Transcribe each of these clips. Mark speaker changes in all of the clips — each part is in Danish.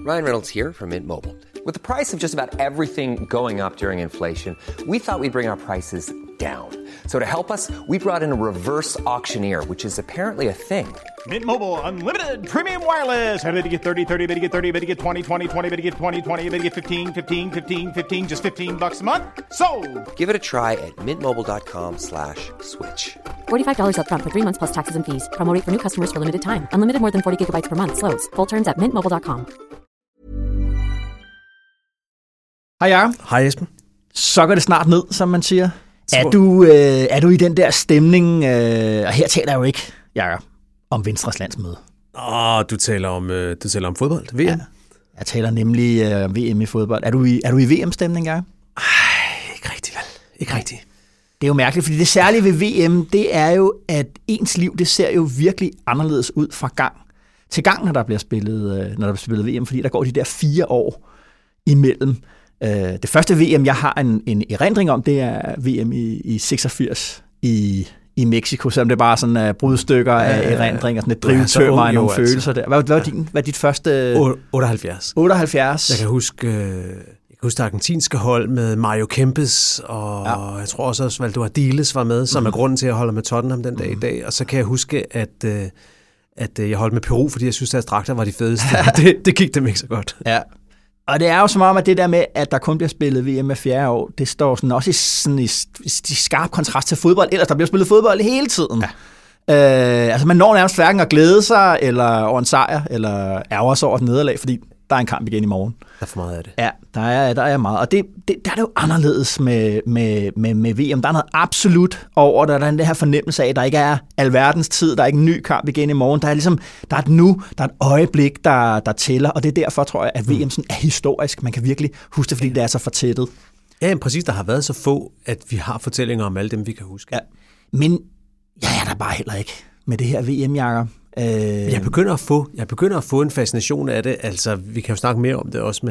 Speaker 1: Ryan Reynolds here from Mint Mobile. With the price of just about everything going up during inflation, we thought we'd bring our prices down. So to help us, we brought in a reverse auctioneer, which is apparently a thing.
Speaker 2: Mint Mobile Unlimited Premium Wireless. How to get 30, 30, bit to get 30, bit to get 20, 20, 20, bit to get 20, 20, bit to get 15, 15, 15, 15, just $15 a month? Sold!
Speaker 1: Give it a try at mintmobile.com/switch.
Speaker 3: $45 up front for 3 months plus taxes and fees. Promo rate for new customers for limited time. Unlimited more than 40 gigabytes per month. Slows full terms at mintmobile.com.
Speaker 4: Hej Jacob.
Speaker 5: Hej Esben.
Speaker 4: Så går det snart ned, som man siger. Er du i den der stemning, og her taler jeg jo ikke, Jacob, om Venstres landsmøde.
Speaker 5: Du taler om fodbold, VM? Ja,
Speaker 4: jeg taler nemlig om VM i fodbold. Er du i VM-stemning, Jacob?
Speaker 5: Ikke rigtigt, vel? Ikke rigtigt.
Speaker 4: Det er jo mærkeligt, fordi det særlige ved VM, det er jo, at ens liv, det ser jo virkelig anderledes ud fra gang til gang, når der bliver spillet VM, fordi der går de der 4 år imellem. Det første VM, jeg har en erindring om, det er VM i 86 i Mexico, selvom det er bare sådan brudstykker af erindring og sådan et drivtømmer af nogle følelser der. Hvad var dit første?
Speaker 5: 78.
Speaker 4: 78.
Speaker 5: Jeg kan huske det argentinske hold med Mario Kempes, og jeg tror også Valdor Diles var med, som er grunden til, at jeg holder med Tottenham den dag i dag. Og så kan jeg huske, at jeg holdt med Peru, fordi jeg synes, at deres dragter var de fedeste. det gik dem ikke så godt. Ja.
Speaker 4: Og det er jo som om, at det der med, at der kun bliver spillet VM med 4. år, det står sådan også i skarp kontrast til fodbold. Ellers der bliver spillet fodbold hele tiden. Ja. Altså man når nærmest hverken at glæde sig, eller over en sejr, eller ærger sig over et nederlag, fordi der er en kamp igen i morgen.
Speaker 5: Der er for meget af det.
Speaker 4: Ja, der er meget. Og der er det jo anderledes med VM. Der er noget absolut over det. Der er den her fornemmelse af, at der ikke er alverdens tid. Der er ikke en ny kamp igen i morgen. Der er ligesom, der er et nu, der er et øjeblik, der tæller. Og det er derfor, tror jeg, at VM sådan er historisk. Man kan virkelig huske det, fordi det er så fortættet.
Speaker 5: Ja, præcis. Der har været så få, at vi har fortællinger om alle dem, vi kan huske. Ja.
Speaker 4: Men jeg er der bare heller ikke med det her VM, Jacob.
Speaker 5: Jeg begynder at få en fascination af det. Altså, vi kan jo snakke mere om det også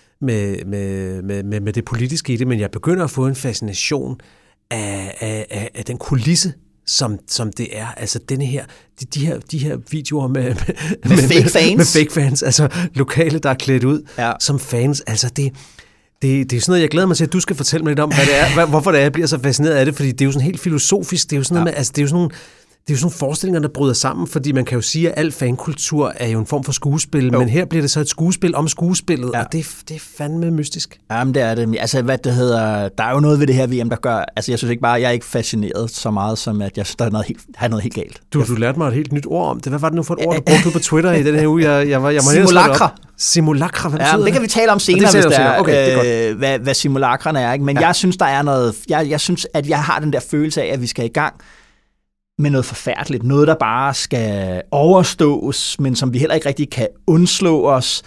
Speaker 5: med det politiske i det, men jeg begynder at få en fascination af den kulisse, som det er. Altså de her videoer med
Speaker 4: fake fans.
Speaker 5: Med fake fans, altså lokale, der er klædt ud som fans. Altså det er sådan noget, jeg glæder mig til, at du skal fortælle mig lidt om, hvad det er, hvorfor det er, jeg bliver så fascineret af det, fordi det er jo sådan helt filosofisk. Det er jo sådan noget med, altså det er jo sådan nogle forestillinger, der bryder sammen, fordi man kan jo sige, at al fankultur er jo en form for skuespil, men her bliver det så et skuespil om skuespillet, og det er fandme mystisk.
Speaker 4: Jamen, det er det. Altså, hvad det hedder, der er jo noget ved det her VM, der gør, altså jeg synes ikke bare, jeg er ikke fascineret så meget, som at jeg synes, der er noget helt galt.
Speaker 5: Du lærte mig et helt nyt ord om det. Hvad var det nu for et ord, du brugte på Twitter i den her uge? Jeg må Simulacra, hvad betyder det?
Speaker 4: Det kan vi tale om senere, hvis det er,
Speaker 5: okay, det er godt.
Speaker 4: Hvad simulacrene er, ikke? Men jeg synes, der er noget, jeg synes, at jeg har den der følelse af, at vi skal i gang med noget forfærdeligt. Noget, der bare skal overstås, men som vi heller ikke rigtig kan undslå os.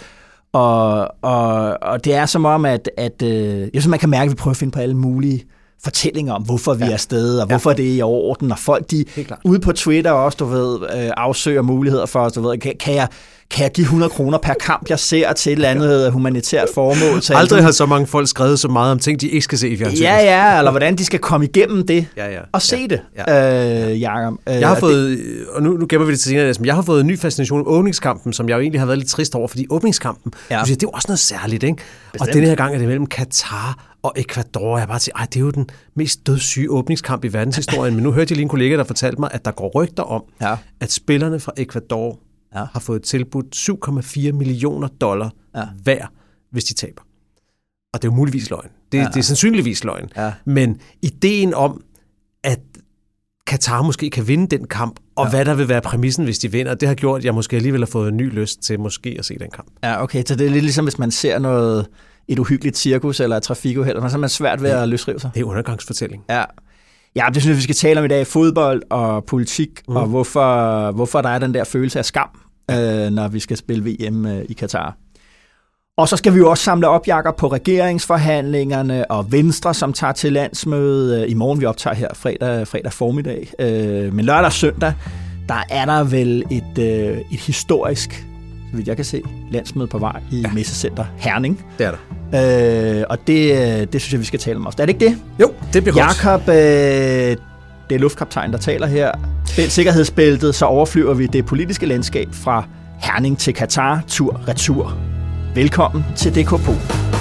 Speaker 4: Og det er som om, at jeg synes, man kan mærke, at vi prøver at finde på alle mulige fortællinger om, hvorfor vi er afsted, og hvorfor det er i orden. Og folk, de ude på Twitter også, du ved, afsøger muligheder for, du ved, kan jeg give 100 kroner per kamp, jeg ser til et eller andet humanitært formål?
Speaker 5: Aldrig har så mange folk skrevet så meget om ting, de ikke skal se i fjernsynet.
Speaker 4: Ja, eller hvordan de skal komme igennem det og se det, Jacob.
Speaker 5: Jeg har fået, og nu gemmer vi det til senere, men jeg har fået en ny fascination om åbningskampen, som jeg jo egentlig har været lidt trist over, fordi åbningskampen, det er jo også noget særligt, ikke? Bestemt. Og denne her gang er det mellem Katar og Ecuador. Jeg bare siger, det er jo den mest dødssyge åbningskamp i verdenshistorien, men nu hørte jeg lige en kollega, der fortalte mig, at der går rygter om, at spillerne fra Ecuador har fået tilbudt $7,4 millioner hver, hvis de taber. Og det er jo muligvis løgn. Det er sandsynligvis løgn. Ja. Men ideen om, at Katar måske kan vinde den kamp, og hvad der vil være præmissen, hvis de vinder, det har gjort, at jeg måske alligevel har fået en ny lyst til måske at se den kamp.
Speaker 4: Ja, okay. Så det er lidt ligesom, hvis man ser et uhyggeligt cirkus eller et trafikuheld, så er man svært ved at løsrive sig.
Speaker 5: Det er undergangsfortælling.
Speaker 4: Ja, det synes jeg, vi skal tale om i dag. Fodbold og politik, og hvorfor der er den der følelse af skam, når vi skal spille VM i Katar. Og så skal vi jo også samle op, Jacob, på regeringsforhandlingerne og Venstre, som tager til landsmøde i morgen. Vi optager her fredag formiddag. Men lørdag og søndag, der er der vel et historisk, så vidt jeg kan se, landsmøde på vej i Messecenter Herning.
Speaker 5: Det er der.
Speaker 4: Og det synes jeg, vi skal tale om også. Er det ikke det?
Speaker 5: Jo, det bliver godt.
Speaker 4: Jacob, det er luftkaptajn, der taler her. Spænd sikkerhedsbæltet, så overflyver vi det politiske landskab fra Herning til Katar, tur-retur. Velkommen til DK Pol.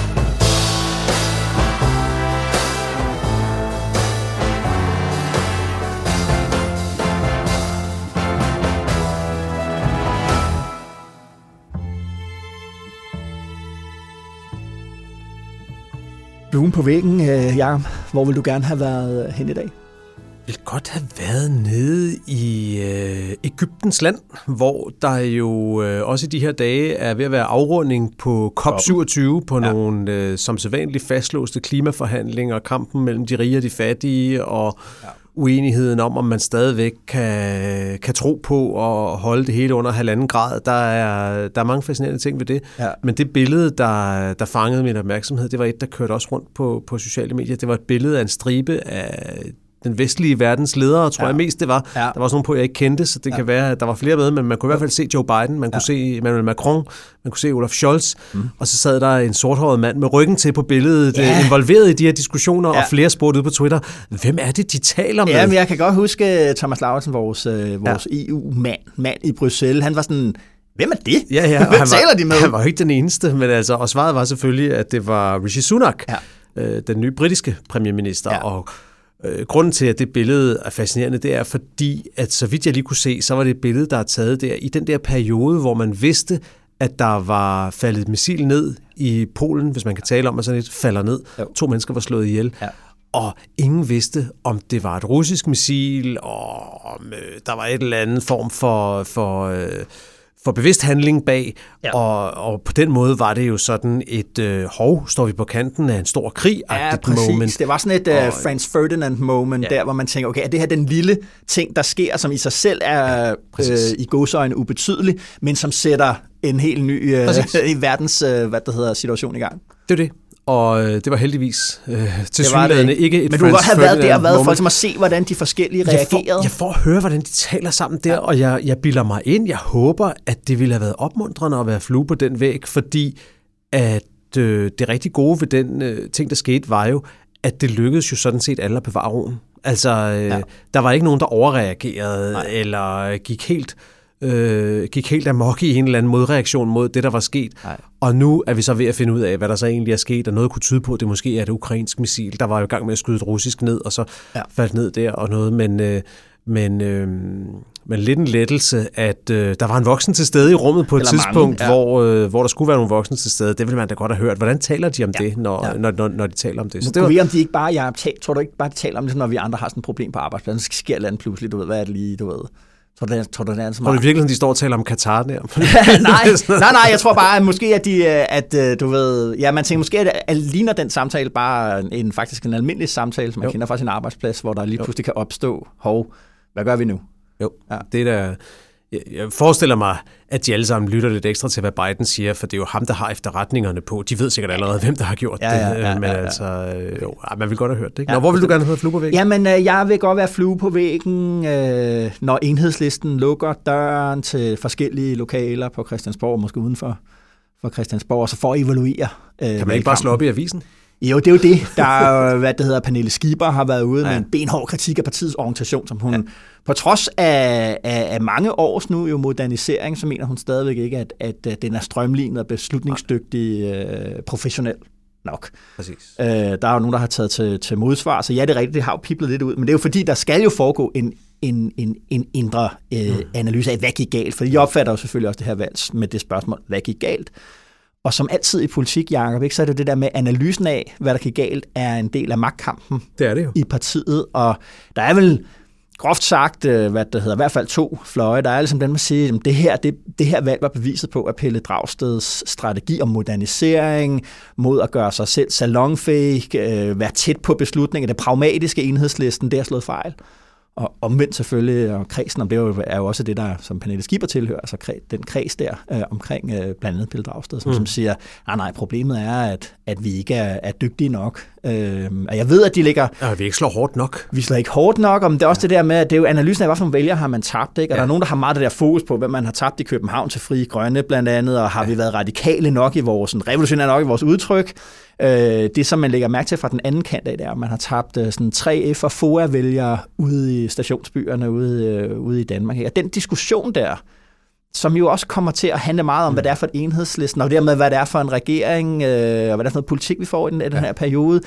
Speaker 4: Fluen på væggen, Jacob. Hvor vil du gerne have været hen i dag?
Speaker 5: Jeg ville godt have været nede i Egyptens land, hvor der jo også i de her dage er ved at være afrunding på COP27 på nogle som sædvanligt fastlåste klimaforhandlinger, kampen mellem de rige og de fattige og uenigheden om man stadigvæk kan tro på og holde det hele under 1,5 grad. Der er mange fascinerende ting ved det. Ja. Men det billede, der fangede min opmærksomhed, det var et, der kørte også rundt på sociale medier. Det var et billede af en stribe af den vestlige verdens ledere, tror jeg mest det var. Ja. Der var også nogle på, jeg ikke kendte, så det kan være, at der var flere med, men man kunne i hvert fald se Joe Biden, man kunne se Emmanuel Macron, man kunne se Olaf Scholz, og så sad der en sorthåret mand med ryggen til på billedet, involveret i de her diskussioner, og flere spurgte ud på Twitter, hvem er det, de taler med?
Speaker 4: Ja, men jeg kan godt huske Thomas Lauritsen, vores EU-mand i Bruxelles, han var sådan, hvem er det?
Speaker 5: Ja,
Speaker 4: hvem taler de med?
Speaker 5: Han var jo ikke den eneste, men altså, og svaret var selvfølgelig, at det var Rishi Sunak, den nye britiske premierminister, og grunden til, at det billede er fascinerende, det er fordi, at så vidt jeg lige kunne se, så var det et billede, der er taget der i den der periode, hvor man vidste, at der var faldet et missil ned i Polen, hvis man kan tale om, at sådan et falder ned. 2 mennesker var slået ihjel. Ja. Og ingen vidste, om det var et russisk missil, og om der var et eller andet form for bevidst handling bag, og på den måde var det jo sådan et står vi på kanten af en stor krig-agtigt moment.
Speaker 4: Det var sådan et Franz Ferdinand-moment, der hvor man tænker, okay, er det her den lille ting, der sker, som i sig selv er i gåseøjne ubetydelig, men som sætter en helt ny verdens situation i gang?
Speaker 5: Det er det. Og det var heldigvis tilsyneladende ikke et.
Speaker 4: Men du kunne godt have været der og været for at se, hvordan de forskellige reagerede.
Speaker 5: Jeg får at høre, hvordan de taler sammen der, og jeg bilder mig ind. Jeg håber, at det ville have været opmuntrende at være flue på den væg, fordi at det rigtig gode ved den ting, der skete, var jo, at det lykkedes jo sådan set alle at bevare roen. Altså, der var ikke nogen, der overreagerede eller gik helt amok i en eller anden modreaktion mod det, der var sket. Nej. Og nu er vi så ved at finde ud af, hvad der så egentlig er sket, og noget kunne tyde på, at det måske er et ukrainsk missil, der var jo i gang med at skyde et russisk ned, og så faldt ned der og noget, men lidt en lettelse, at der var en voksen til stede i rummet på et tidspunkt, hvor der skulle være nogle voksne til stede. Det ville man da godt have hørt. Hvordan taler de om det, når de taler om det?
Speaker 4: Så det var... om de ikke bare, tror du ikke bare, de taler om det, når vi andre har sådan et problem på arbejdspladsen, så sker et eller andet pludselig, du ved, hvad er det lige, du ved... Tror du
Speaker 5: virkelig, de står og taler om Katar der?
Speaker 4: nej, jeg tror bare, at måske, at du ved... Ja, man tænker måske, at ligner den samtale bare faktisk en almindelig samtale, som man kender fra sin arbejdsplads, hvor der lige pludselig kan opstå, hvad gør vi nu?
Speaker 5: Jo, det er der... Jeg forestiller mig, at de alle sammen lytter lidt ekstra til, hvad Biden siger, for det er jo ham, der har efterretningerne på. De ved sikkert allerede, hvem der har gjort det. Men altså, man vil godt have hørt det, ikke? Hvor vil du gerne have flue på væggen?
Speaker 4: Jamen, jeg vil godt være flue på væggen, når Enhedslisten lukker døren til forskellige lokaler på Christiansborg, måske uden for Christiansborg, og så for at evaluere.
Speaker 5: Kan man ikke bare slå op i avisen?
Speaker 4: Jo, det er jo det. Der er, Pernille Skipper har været ude med en benhård kritik af partiets organisation, som hun på trods af mange års nu jo modernisering, så mener hun stadigvæk ikke, at den er strømlignet og beslutningsdygtig professionel nok.
Speaker 5: Præcis.
Speaker 4: Der er jo nogen, der har taget til modsvar, så ja, det er rigtigt, det har jo piblet lidt ud, men det er jo fordi, der skal jo foregå en indre analyse af, hvad gik galt, for jeg opfatter jo selvfølgelig også det her valg med det spørgsmål, hvad gik galt? Og som altid i politik, Jacob, ikke, så er det der med analysen af, hvad der gik galt, er en del af magtkampen i partiet. Og der er vel groft sagt, i hvert fald 2 fløje. Der er ligesom den, man siger, at det her valg var beviset på, at Pelle Dragsteds strategi om modernisering, mod at gøre sig selv salonfæhig, være tæt på beslutninger, det pragmatiske Enhedslisten, det har slået fejl. Og omvendt selvfølgelig, og kredsen om det er jo også det, der som Pernille Skipper tilhører, altså den kreds der omkring blandt andet Pelle Dragsted, som siger, nej, problemet er, at vi ikke er dygtige nok. Og jeg ved, at de ligger...
Speaker 5: Ja, vi ikke slår hårdt nok.
Speaker 4: Vi slår ikke hårdt nok, og det er også det der med, at det er jo analysen af, hvad for nogle vælgere har man tabt, ikke? Og der er nogen, der har meget det der fokus på, hvad man har tabt i København til Frie Grønne blandt andet, og har vi været radikale nok i vores, revolutionære nok i vores udtryk. Det, som man lægger mærke til fra den anden kant af, det er, at man har tabt sådan 3F og FOA-vælgere ude i stationsbyerne ude i Danmark. Og den diskussion der, som jo også kommer til at handle meget om, hvad det er for et Enhedslisten, og dermed, hvad det er for en regering, og hvad det er for noget politik, vi får i den her periode.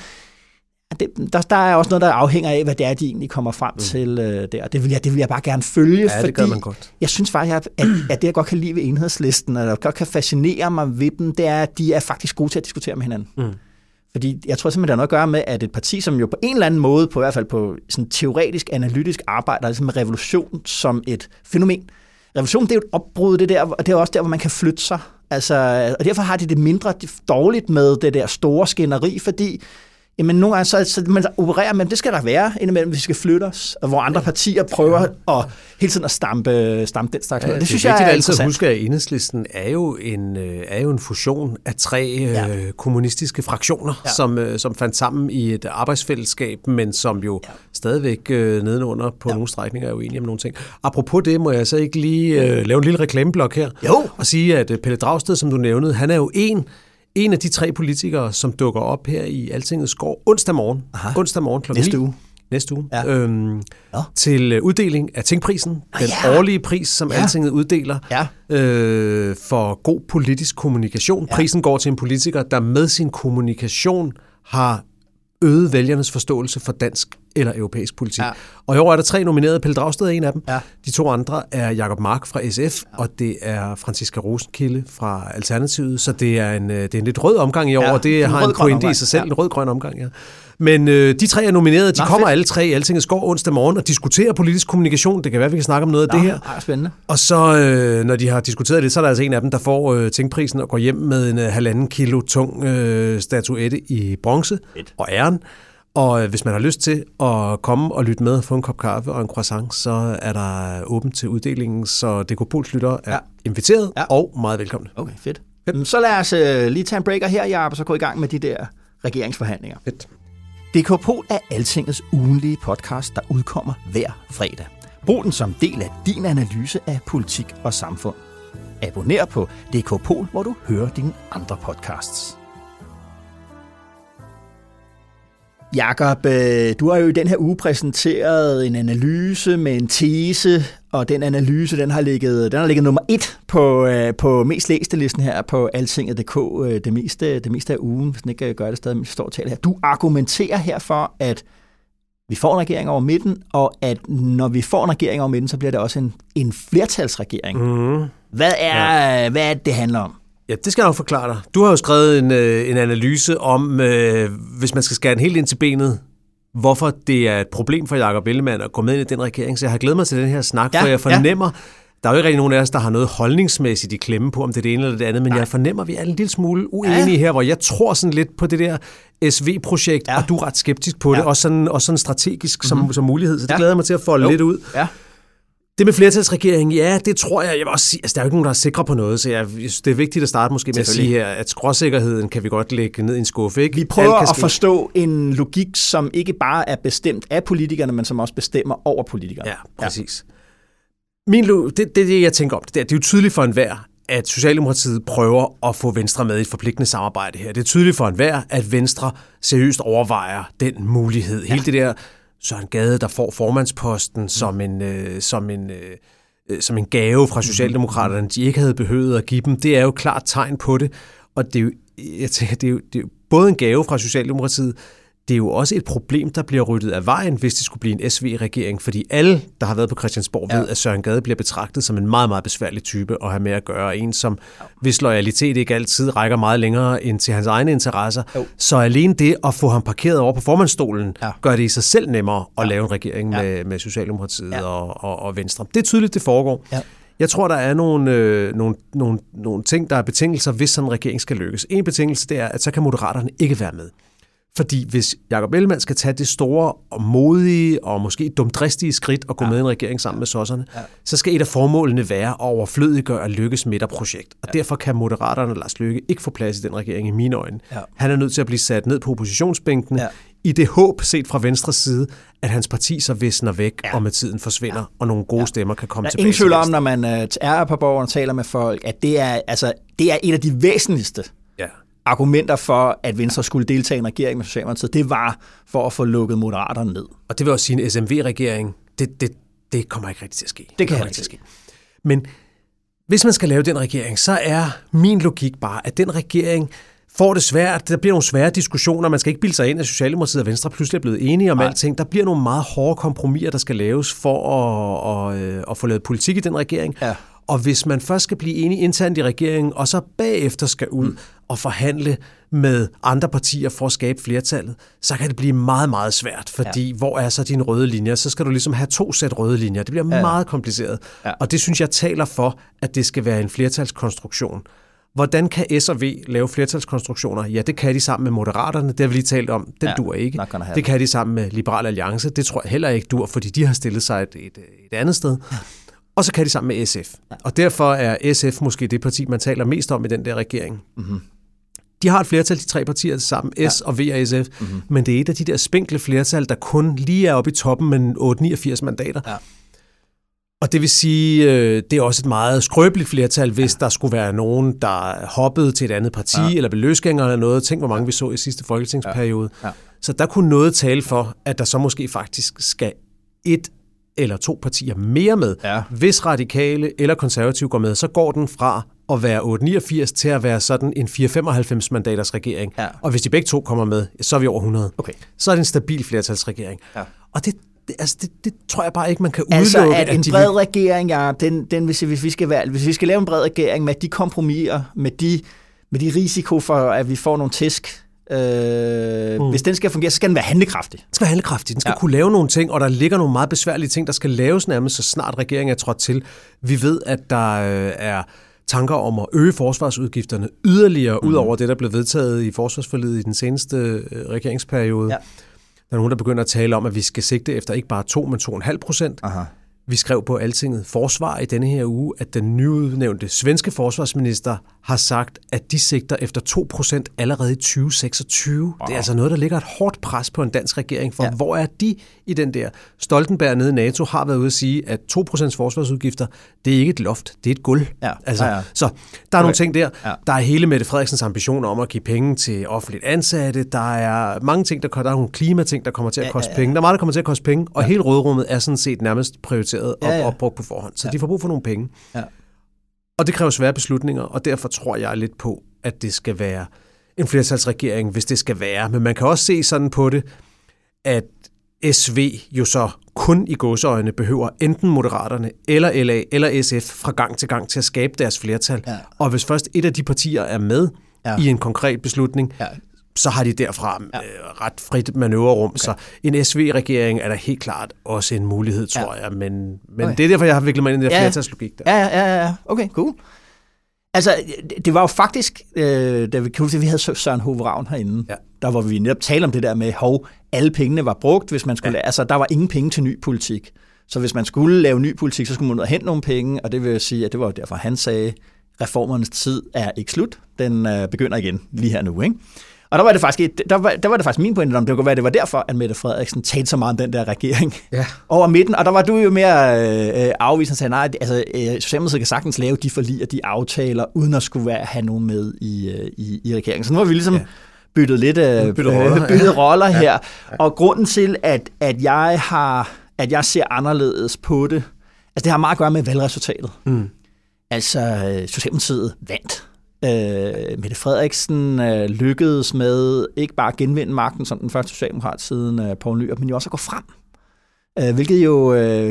Speaker 4: Der er også noget, der afhænger af, hvad det er, de egentlig kommer frem til der. Det vil jeg bare gerne følge,
Speaker 5: fordi det gør man godt.
Speaker 4: Jeg synes faktisk, at det, jeg godt kan lide ved Enhedslisten, og godt kan fascinere mig ved dem, det er, at de er faktisk gode til at diskutere med hinanden. Fordi jeg tror simpelthen, der er noget at gøre med, at et parti, som jo på en eller anden måde, på i hvert fald på sådan teoretisk, analytisk arbejder, ligesom med revolution som et fænomen. Revolution, det er jo et opbrud, det der, og det er også der, hvor man kan flytte sig. Altså, og derfor har de det mindre dårligt med det der store skænderi, fordi jamen, nogle gange så man opererer med, det skal der være indimellem, hvis vi skal flytte os, og hvor andre partier prøver at hele tiden at stampe den slags.
Speaker 5: Det synes jeg er altid at huske, at Enhedslisten er jo en fusion af 3 kommunistiske fraktioner, som fandt sammen i et arbejdsfællesskab, men som jo stadigvæk nedenunder på nogle strækninger er uenige om nogle ting. Apropos det, må jeg så ikke lige lave en lille reklameblok her, og sige, at Pelle Dragsted, som du nævnede, han er jo en af de 3 politikere, som dukker op her i Altingets Gård onsdag morgen kl. Næste uge. Til uddeling af Tingprisen, den årlige pris, som Altinget uddeler for god politisk kommunikation. Prisen går til en politiker, der med sin kommunikation har øget vælgernes forståelse for dansk eller europæisk politik. Og i år er der 3 nominerede. Pelle Dragsted er en af dem. De 2 andre er Jacob Mark fra SF, og det er Franciska Rosenkilde fra Alternativet. Så det er en lidt rød omgang i år, og det har en pointe i sig selv. En rød-grøn omgang, Men de 3 er nomineret. De kommer alle 3 i Altingets Gård onsdag morgen og diskuterer politisk kommunikation. Det kan være, vi kan snakke om noget af det her.
Speaker 4: Spændende.
Speaker 5: Og så, når de har diskuteret det, så er der altså en af dem, der får Tingprisen og går hjem med en 1,5 kilo tung statuette i bronze og æren. Og hvis man har lyst til at komme og lytte med og få en kop kaffe og en croissant, så er der åbent til uddelingen, så DK-Puls-lyttere er inviteret og meget velkomne.
Speaker 4: Okay, fedt. Så lad os lige tage en breaker her, Jacob, og så gå i gang med de der regeringsforhandlinger.
Speaker 5: Fedt.
Speaker 4: DK-Pol er Altingets ugenlige podcast, der udkommer hver fredag. Brug den som del af din analyse af politik og samfund. Abonner på DK-Pol, hvor du hører dine andre podcasts. Jakob, du har jo i den her uge præsenteret en analyse med en tese, og den analyse den har ligget nummer 1 på mest læste listen her på altinget.dk det meste af ugen, hvis den ikke gør det stadig, men står tale her. Du argumenterer her for, at vi får en regering over midten, og at når vi får en regering over midten, så bliver det også en flertalsregering. Hvad er det handler om?
Speaker 5: Ja, det skal jeg nok forklare dig. Du har jo skrevet en analyse om, hvis man skal skære den helt ind til benet, hvorfor det er et problem for Jakob Ellemann at gå med ind i den regering. Så jeg har glædet mig til den her snak, for jeg fornemmer, der er jo ikke rigtig nogen af os, der har noget holdningsmæssigt i klemme på, om det er det ene eller det andet, men jeg fornemmer, at vi er en lille smule uenige her, hvor jeg tror sådan lidt på det der SV-projekt, og du er ret skeptisk på det, og sådan strategisk som mulighed. Så det glæder jeg mig til at folde lidt ud. Ja. Det med flertalsregeringen, det tror jeg vil også sige, altså der er jo ikke nogen, der er sikre på noget, så det er vigtigt at starte måske med at sige her, at skråsikkerheden kan vi godt lægge ned i en skuffe, ikke?
Speaker 4: Vi prøver at forstå en logik, som ikke bare er bestemt af politikerne, men som også bestemmer over politikerne.
Speaker 5: Ja, præcis. Det jeg tænker om, det er jo tydeligt for enhver, at Socialdemokratiet prøver at få Venstre med i et forpligtende samarbejde her. Det er tydeligt for enhver, at Venstre seriøst overvejer den mulighed. Hele det der Søren Gade, der får formandsposten som en gave fra Socialdemokraterne, de ikke havde behøvet at give dem. Det er jo klart tegn på det, og det er jo både en gave fra Socialdemokratiet, det er jo også et problem, der bliver ryddet af vejen, hvis det skulle blive en SV-regering, fordi alle, der har været på Christiansborg, ved, at Søren Gade bliver betragtet som en meget, meget besværlig type at have med at gøre. En, som hvis loyalitet ikke altid rækker meget længere end til hans egne interesser. Så alene det at få ham parkeret over på formandsstolen, gør det i sig selv nemmere at lave en regering med Socialdemokratiet og Venstre. Det er tydeligt, det foregår. Ja. Jeg tror, der er nogle ting, der er betingelser, hvis sådan en regering skal lykkes. En betingelse, det er, at så kan Moderaterne ikke være med. Fordi hvis Jakob Ellemann skal tage det store og modige og måske dumdristige skridt og gå med i en regering sammen med sosserne, så skal et af formålene være at overflødiggøre Lykkes midterprojekt. Og derfor kan Moderaterne og Lars Løkke ikke få plads i den regering i mine øjne. Han er nødt til at blive sat ned på oppositionsbænkene i det håb, set fra Venstres side, at hans parti så visner væk og med tiden forsvinder, og nogle gode stemmer kan komme tilbage.
Speaker 4: Ingen tvivl om, når man er på borgerne og taler med folk, at det er et af de væsentligste argumenter for, at Venstre skulle deltage i en regering med Socialdemokratiet, det var for at få lukket Moderaterne ned.
Speaker 5: Og det vil også sige, en SMV-regering, det kommer ikke rigtig til at ske.
Speaker 4: Det kan ikke ske.
Speaker 5: Men hvis man skal lave den regering, så er min logik bare, at den regering får det svært. Der bliver nogle svære diskussioner. Man skal ikke bilde sig ind, at Socialdemokratiet og Venstre pludselig er blevet enige om alting. Der bliver nogle meget hårde kompromiser, der skal laves for at få lavet politik i den regering. Ja. Og hvis man først skal blive enige internt i regeringen, og så bagefter skal ud og forhandle med andre partier for at skabe flertallet, så kan det blive meget, meget svært. Fordi hvor er så dine røde linjer? Så skal du ligesom have 2 sæt røde linjer. Det bliver meget kompliceret. Ja. Og det synes jeg taler for, at det skal være en flertalskonstruktion. Hvordan kan S og V lave flertalskonstruktioner? Ja, det kan de sammen med Moderaterne. Det har vi lige talt om. Den dur ikke. Det kan de sammen med Liberal Alliance. Det tror jeg heller ikke dur, fordi de har stillet sig et andet sted. Og så kan de sammen med SF. Og derfor er SF måske det parti, man taler mest om i den der regering. Mm-hmm. De har et flertal, de 3 partier sammen, S og V og SF, men det er et af de der spinkle flertal, der kun lige er oppe i toppen med 8-89 mandater. Ja. Og det vil sige, det er også et meget skrøbeligt flertal, hvis der skulle være nogen, der hoppede til et andet parti, eller blev løsgængere eller noget. Tænk, hvor mange vi så i sidste folketingsperiode. Ja. Ja. Så der kunne noget tale for, at der så måske faktisk skal 1 eller 2 partier mere med. Ja. Hvis Radikale eller Konservative går med, så går den fra at være 8-89 til at være sådan en 4-95 mandaters regering. Ja. Og hvis de begge 2 kommer med, så er vi over 100. Okay. Så er det en stabil flertalsregering. Ja. Og det tror jeg bare ikke, man kan udelukke.
Speaker 4: Altså, at en bred regering, hvis vi skal lave en bred regering med de kompromiser, med de risiko for, at vi får nogle tæsk, hvis den skal fungere, så skal den være handlekraftig.
Speaker 5: Den skal være handlekraftig. Den skal kunne lave nogle ting, og der ligger nogle meget besværlige ting, der skal laves nærmest, så snart regeringen er trådt til. Vi ved, at der er tanker om at øge forsvarsudgifterne yderligere, ud over det, der blev vedtaget i forsvarsforliget i den seneste regeringsperiode. Ja. Der er nogen, der begynder at tale om, at vi skal sigte efter ikke bare 2, men 2,5%. Vi skrev på Altinget Forsvar i denne her uge, at den nyudnævnte svenske forsvarsminister har sagt, at de sigter efter 2% allerede i 2026. Wow. Det er altså noget, der ligger et hårdt pres på en dansk regering, for hvor er de i den der? Stoltenberg nede i NATO har været ude at sige, at 2% forsvarsudgifter, det er ikke et loft, det er et gulv. Ja. Altså, så der er nogle ting der. Ja. Der er hele Mette Frederiksens ambitioner om at give penge til offentligt ansatte. Der er mange ting, der er nogle klimating, der kommer til at koste penge. Der er meget, der kommer til at koste penge, og hele råderummet er sådan set nærmest prioriteret og brugt på forhånd. Så de får brug for nogle penge. Ja. Og det kræver svære beslutninger, og derfor tror jeg lidt på, at det skal være en flertalsregering, hvis det skal være. Men man kan også se sådan på det, at SV jo så kun i gåseøjne behøver enten Moderaterne eller LA eller SF fra gang til gang til at skabe deres flertal. Ja. Og hvis først et af de partier er med i en konkret beslutning, så har de derfra ret frit manøvrerum. Okay. Så en SV-regering er der helt klart også en mulighed, tror jeg. Men det er derfor, jeg har viklet mig ind i den der flertalslogik der.
Speaker 4: Ja. Okay, cool. Altså, det var jo faktisk, da vi havde Søren Hove Ravn herinde, der hvor vi netop talte om det der med, alle pengene var brugt, hvis man skulle altså, der var ingen penge til ny politik. Så hvis man skulle lave ny politik, så skulle man ud og hente nogle penge, og det vil sige, at det var jo derfor, han sagde, reformernes tid er ikke slut, den begynder igen lige her nu, ikke? Og der var det faktisk min pointe om, det kunne være, det var derfor, at Mette Frederiksen talte så meget om den der regering over midten. Og der var du jo mere afvisende og sagde, nej, altså Socialdemokratiet kan sagtens lave de forlig og de aftaler, uden at skulle have nogen med i regeringen. Så nu har vi ligesom byttet lidt byttet roller her. Og grunden til, at jeg ser anderledes på det, altså det har meget at gøre med valgresultatet. Altså Socialdemokratiet vandt. Mette Frederiksen lykkedes med ikke bare at genvinde magten som den første socialdemokrat siden Poul Nyrup, men jo også at gå frem. Hvilket jo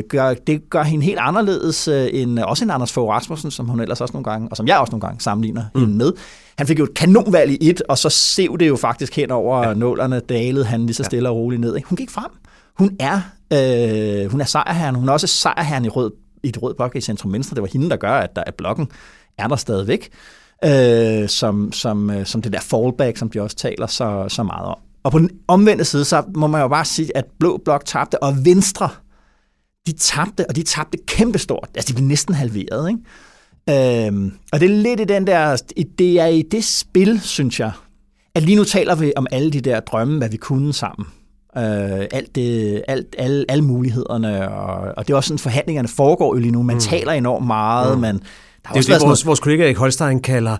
Speaker 4: gør hende helt anderledes end Anders Fogh Rasmussen, som hun ellers også nogle gange, og som jeg også nogle gange sammenligner hende med. Han fik jo et kanonvalg i 1, og så sev det jo faktisk hen over nålerne, dalede han lige så stille og roligt ned. Ikke? Hun gik frem. Hun er sejrherren. Hun er også sejrherren i et rød blok i Centrum Venstre. Det var hende, der gør, at blokken er der stadigvæk. Som det der fallback, som de også taler så meget om. Og på den omvendte side, så må man jo bare sige, at Blå Blok tabte, og Venstre, de tabte kæmpestort. Altså, de blev næsten halveret, ikke? Og det er lidt i den der, det er i det spil, synes jeg, at lige nu taler vi om alle de der drømme, hvad vi kunne sammen. Alle mulighederne, og det er også sådan, forhandlingerne foregår jo lige nu. Man taler enormt meget, men
Speaker 5: det er det, vores kollega Erik Holstein kalder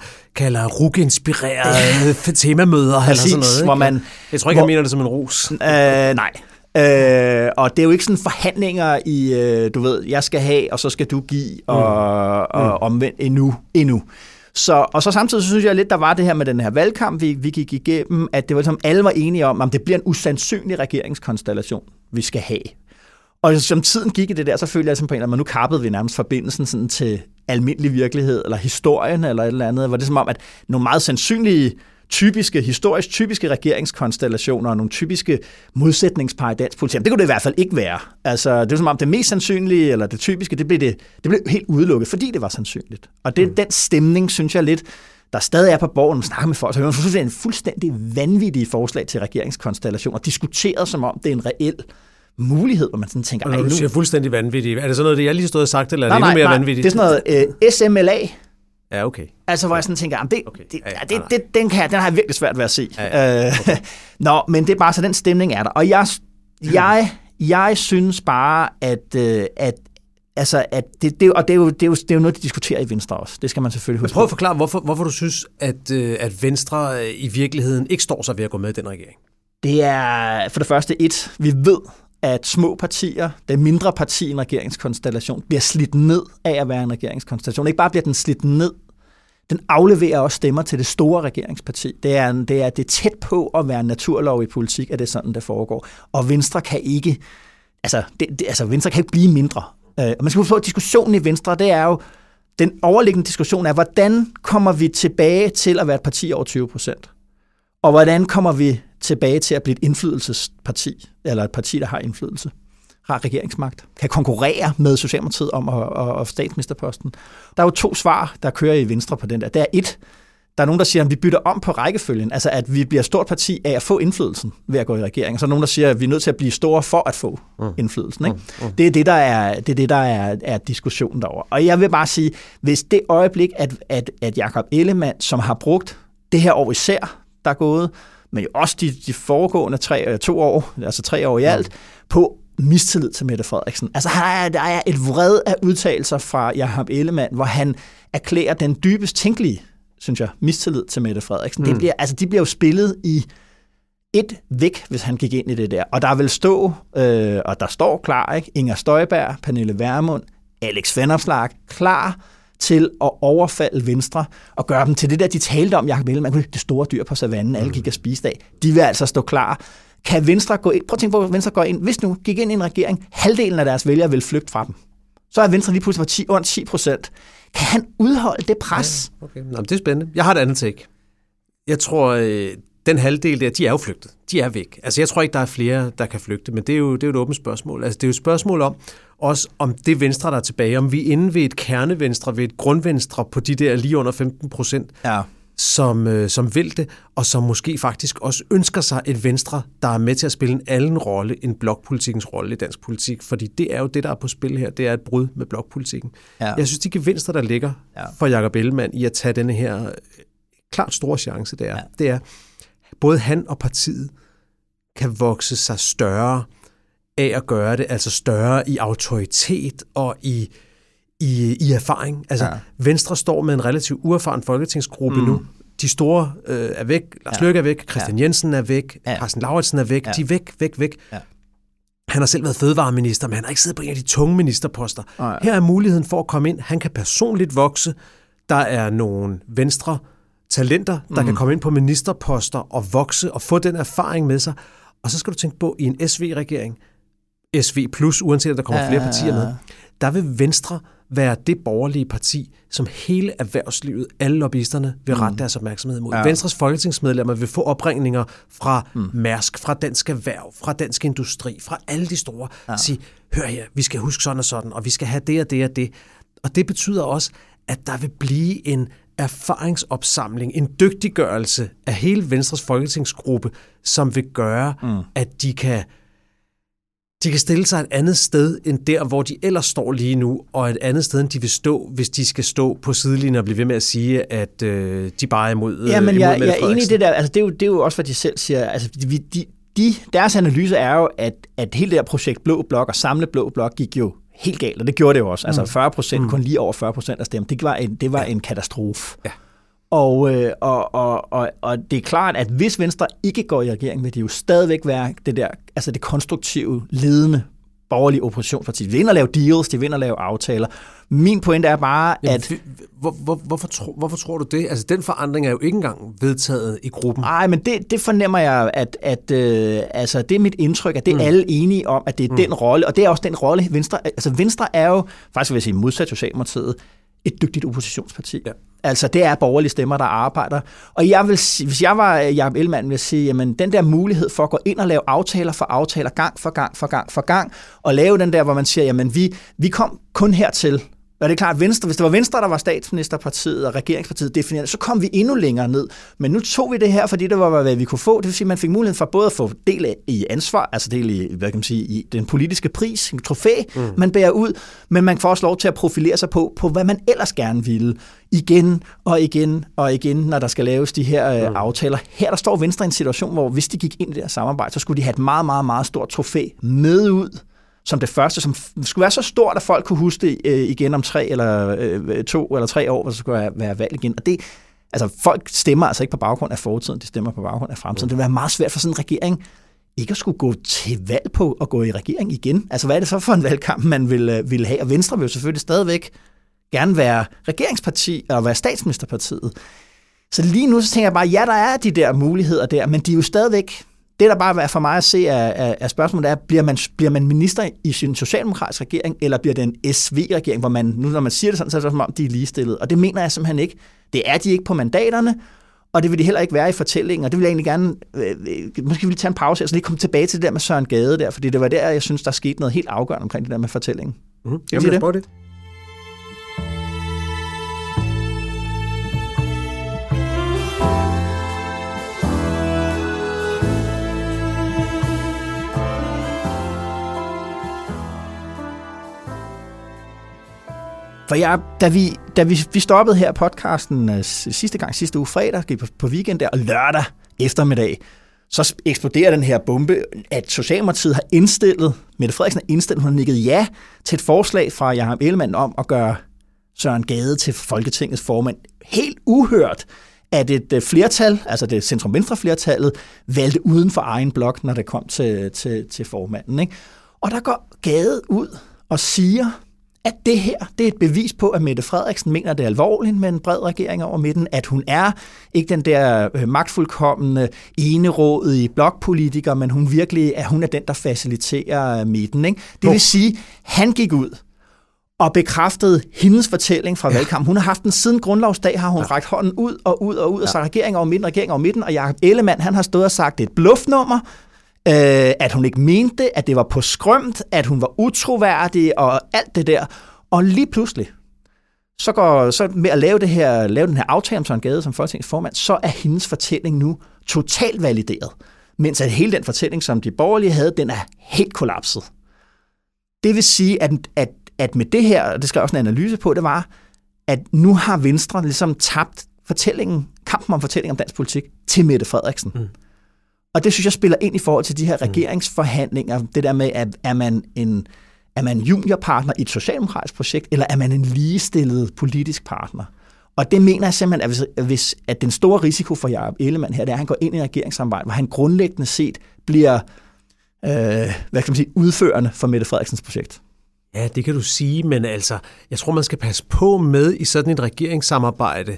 Speaker 5: RUC-inspirerede temamøder.
Speaker 4: Præcis,
Speaker 5: eller sådan noget.
Speaker 4: Hvor man,
Speaker 5: jeg tror ikke, han mener det som en ros.
Speaker 4: Nej. Og det er jo ikke sådan forhandlinger i, du ved, jeg skal have, og så skal du give, og omvendt endnu. Og så samtidig synes jeg lidt, der var det her med den her valgkamp, vi gik igennem, at det var som alle var enige om, at det bliver en usandsynlig regeringskonstellation, vi skal have. Og som tiden gik i det der, så følte jeg sådan på en eller anden måde, nu kappede vi nærmest forbindelsen sådan til almindelig virkelighed, eller historien, eller et eller andet, hvor det er som om, at nogle meget sandsynlige, historisk typiske regeringskonstellationer og nogle typiske modsætningspar i dansk politik, det kunne det i hvert fald ikke være. Altså, det er som om det mest sandsynlige, eller det typiske, det blev helt udelukket, fordi det var sandsynligt. Og det den stemning, synes jeg lidt, der stadig er på borgen, når man snakker med folk, så synes jeg, en fuldstændig vanvittig forslag til regeringskonstellationer, diskuteret som om det er en reel mulighed, hvor man sådan tænker...
Speaker 5: Og når du siger fuldstændig vanvittigt, er det sådan noget, det jeg lige stod og sagt, eller er det endnu mere vanvittigt?
Speaker 4: Det er sådan noget SMLA.
Speaker 5: Ja, okay.
Speaker 4: Altså, hvor jeg sådan tænker, den har jeg virkelig svært ved at se. Ja, okay. Nå, men det er bare så, den stemning er der. Og jeg synes bare, at det er jo noget, de diskuterer i Venstre også. Det skal man selvfølgelig huske.
Speaker 5: Men prøv at forklare, hvorfor du synes, at Venstre i virkeligheden ikke står sig ved at gå med i den regering.
Speaker 4: Det er for det første vi ved, at små partier, det mindre parti i en regeringskonstellation, bliver slidt ned af at være en regeringskonstellation. Ikke bare bliver den slidt ned, den afleverer også stemmer til det store regeringsparti. Det er tæt på at være en naturlov i politik, at det er sådan, det foregår. Og Venstre kan ikke, Venstre kan ikke blive mindre. Og man skal huske på, at diskussionen i Venstre, det er jo, den overliggende diskussion er, hvordan kommer vi tilbage til at være et parti over 20%? Og hvordan kommer vi tilbage til at blive et indflydelsesparti, eller et parti, der har indflydelse, har regeringsmagt, kan konkurrere med Socialdemokratiet om at statsministerposten. Der er jo 2 svar, der kører i Venstre på den der. Det er 1, der er nogen, der siger, at vi bytter om på rækkefølgen, altså at vi bliver et stort parti af at få indflydelsen ved at gå i regering. Og så er nogen, der siger, at vi er nødt til at blive store for at få indflydelsen. Ikke? Det er det, der er diskussionen derovre. Og jeg vil bare sige, hvis det øjeblik, at Jakob Ellemann, som har brugt det her år især, der er gået, men jo også de foregående 2 år, altså 3 år i alt, på mistillid til Mette Frederiksen. Altså der er et vred af udtalelser fra Jakob Ellemann, hvor han erklærer den dybest tænkelige, synes jeg, mistillid til Mette Frederiksen. De bliver jo spillet i et væk, hvis han gik ind i det der. Og der vil stå, og der står klar, ikke? Inger Støjberg, Pernille Vermund, Alex Vanopslagh, klar til at overfalde Venstre og gøre dem til det der, de talte om, Jakob Ellemann, det store dyr på savannen, alle gik og spiste af. De vil altså stå klar. Kan Venstre gå ind? Prøv at tænke på, at Venstre går ind. Hvis nu gik ind i en regering, halvdelen af deres vælgere vil flygte fra dem. Så er Venstre lige pludselig under 10%. Kan han udholde det pres?
Speaker 5: Ja, okay. Nå, det er spændende. Jeg har et andet take. Jeg tror, den halvdel der, de er jo flygtet. De er væk. Altså, jeg tror ikke, der er flere, der kan flygte, men det er jo et åbent spørgsmål. Altså, det er jo et spørgsmål om, også om det Venstre, der er tilbage, om vi er inde ved et kernevenstre, ved et grundvenstre på de der lige under 15%, som vil det, og som måske faktisk også ønsker sig et Venstre, der er med til at spille en anden rolle end blokpolitikkens rolle i dansk politik, fordi det er jo det, der er på spil her, det er et brud med blokpolitikken. Ja. Jeg synes, de gevinster, der ligger for Jakob Ellemann i at tage denne her klart store chance, det er, både han og partiet kan vokse sig større af at gøre det, altså større i autoritet og i erfaring. Altså, Venstre står med en relativt uerfaren folketingsgruppe nu. De store er væk. Lars Løkke er væk. Christian Jensen er væk. Carsten Lauritsen er væk. De er væk. Ja. Han har selv været fødevareminister, men han har ikke siddet på en af de tunge ministerposter. Her er muligheden for at komme ind. Han kan personligt vokse. Der er nogle Venstre talenter, der kan komme ind på ministerposter og vokse og få den erfaring med sig. Og så skal du tænke på, i en SV-regering, SV+, uanset at der kommer flere partier med, der vil Venstre være det borgerlige parti, som hele erhvervslivet, alle lobbyisterne, vil rette deres opmærksomhed mod. Venstres folketingsmedlemmer vil få opringninger fra Mærsk, fra Dansk Erhverv, fra Dansk Industri, fra alle de store, sige, hør her, vi skal huske sådan og sådan, og vi skal have det og det og det. Og det betyder også, at der vil blive en erfaringsopsamling, en dygtiggørelse af hele Venstres folketingsgruppe, som vil gøre, at de kan stille sig et andet sted end der, hvor de ellers står lige nu, og et andet sted, end de vil stå, hvis de skal stå på sidelinjen og blive ved med at sige, at de bare er imod Mette Frederiksen. Ja, men jeg er enig i det der. Altså, det er jo også, hvad de selv siger. Altså, deres analyse er jo, at hele det her projekt Blå Blok og Samle Blå Blok gik jo helt galt, og det gjorde det jo også. Altså 40%, kun lige over 40% af stemmen. Det var en katastrofe. Ja.
Speaker 4: Og det er klart, at hvis Venstre ikke går i regering, vil det jo stadigvæk være det konstruktive, ledende borgerlige oppositionsparti. De vil ind og lave deals, de vil ind og lave aftaler. Min pointe er bare, at...
Speaker 5: Hvorfor tror du det? Altså, den forandring er jo ikke engang vedtaget i gruppen.
Speaker 4: Nej, men det fornemmer jeg, at det er mit indtryk, at det er alle enige om, at det er den rolle, og det er også den rolle, Venstre er jo, faktisk vil jeg sige, modsat Socialdemokratiet, et dygtigt oppositionsparti. Ja. Altså, det er borgerlige stemmer, der arbejder. Og jeg vil sige, hvis jeg var Jacob Ellemann, vil jeg sige, jamen, den der mulighed for at gå ind og lave aftaler for aftaler, gang for gang, og lave den der, hvor man siger, jamen, vi kom kun hertil. Og det er klart, at Venstre, hvis det var Venstre, der var statsministerpartiet og regeringspartiet defineret, så kom vi endnu længere ned. Men nu tog vi det her, fordi det var, hvad vi kunne få. Det vil sige, at man fik muligheden for både at få del i ansvar, altså del i, hvad kan man sige, i den politiske pris, en trofæ, man bærer ud, men man får også lov til at profilere sig på hvad man ellers gerne ville. Igen og igen og igen, når der skal laves de her aftaler. Her der står Venstre i en situation, hvor hvis de gik ind i det her samarbejde, så skulle de have et meget, meget, meget stort trofæ med ud, som det første, som skulle være så stort, at folk kunne huske det igen om 2 eller 3 år, hvor så skulle være valg igen. Og det, altså folk stemmer altså ikke på baggrund af fortiden, de stemmer på baggrund af fremtiden. Det vil være meget svært for sådan en regering ikke at skulle gå til valg på at gå i regering igen. Altså hvad er det så for en valgkamp, man vil have? Og Venstre vil jo selvfølgelig stadigvæk gerne være regeringsparti og være statsministerpartiet. Så lige nu så tænker jeg bare, ja, der er de der muligheder der, men de er jo stadigvæk... Det, der bare er for mig at se er spørgsmålet, er, bliver man minister i sin socialdemokratiske regering, eller bliver det en SV-regering, hvor man, nu når man siger det sådan, så er det som om, de er ligestillede. Og det mener jeg simpelthen ikke. Det er de ikke på mandaterne, og det vil de heller ikke være i fortællingen. Og det vil jeg egentlig gerne, måske vil jeg tage en pause, og så lige komme tilbage til det der med Søren Gade der, fordi det var der, jeg synes, der skete noget helt afgørende omkring det der med fortællingen.
Speaker 5: Jamen, lad os prøve det.
Speaker 4: For da vi stoppede her podcasten sidste uge fredag, gik på weekend der, og lørdag eftermiddag, så eksploderer den her bombe, at Socialdemokratiet har indstillet, Mette Frederiksen har indstillet, hun har nikket ja til et forslag fra Jacob Ellemann om at gøre Søren Gade til Folketingets formand. Helt uhørt, at et flertal, altså det centrum-venstre-flertallet, valgte uden for egen blok, når det kom til formanden. Ikke? Og der går Gade ud og siger, at det her, det er et bevis på, at Mette Frederiksen mener det er alvorligt med en bred regering over midten, at hun er ikke den der magtfuldkommende, enerådige blokpolitiker, men hun virkelig hun er den, der faciliterer midten. Ikke? Det vil sige, han gik ud og bekræftede hendes fortælling fra valgkampen. Hun har haft den siden grundlovsdag, har hun rækt hånden ud og sagt regering over midten, og Jacob Ellemann, han har stået og sagt, det er et bluffnummer, at hun ikke mente det, at det var på skrømt, at hun var utroværdig og alt det der. Og lige pludselig, så med at lave den her aftale om Søren Gade som Folketingets formand, så er hendes fortælling nu totalt valideret. Mens at hele den fortælling, som de borgerlige havde, den er helt kollapset. Det vil sige, at med det her, og det skal også en analyse på, det var, at nu har Venstre ligesom tabt kampen om fortællingen om dansk politik til Mette Frederiksen. Og det synes jeg spiller ind i forhold til de her regeringsforhandlinger. Det der med, er man juniorpartner i et socialdemokratisk projekt, eller er man en ligestillet politisk partner? Og det mener jeg simpelthen, at den store risiko for Jacob Ellemann her, det er, at han går ind i en regeringssamarbejde, hvor han grundlæggende set bliver udførende for Mette Frederiksens projekt.
Speaker 5: Ja, det kan du sige, men altså, jeg tror, man skal passe på med i sådan et regeringssamarbejde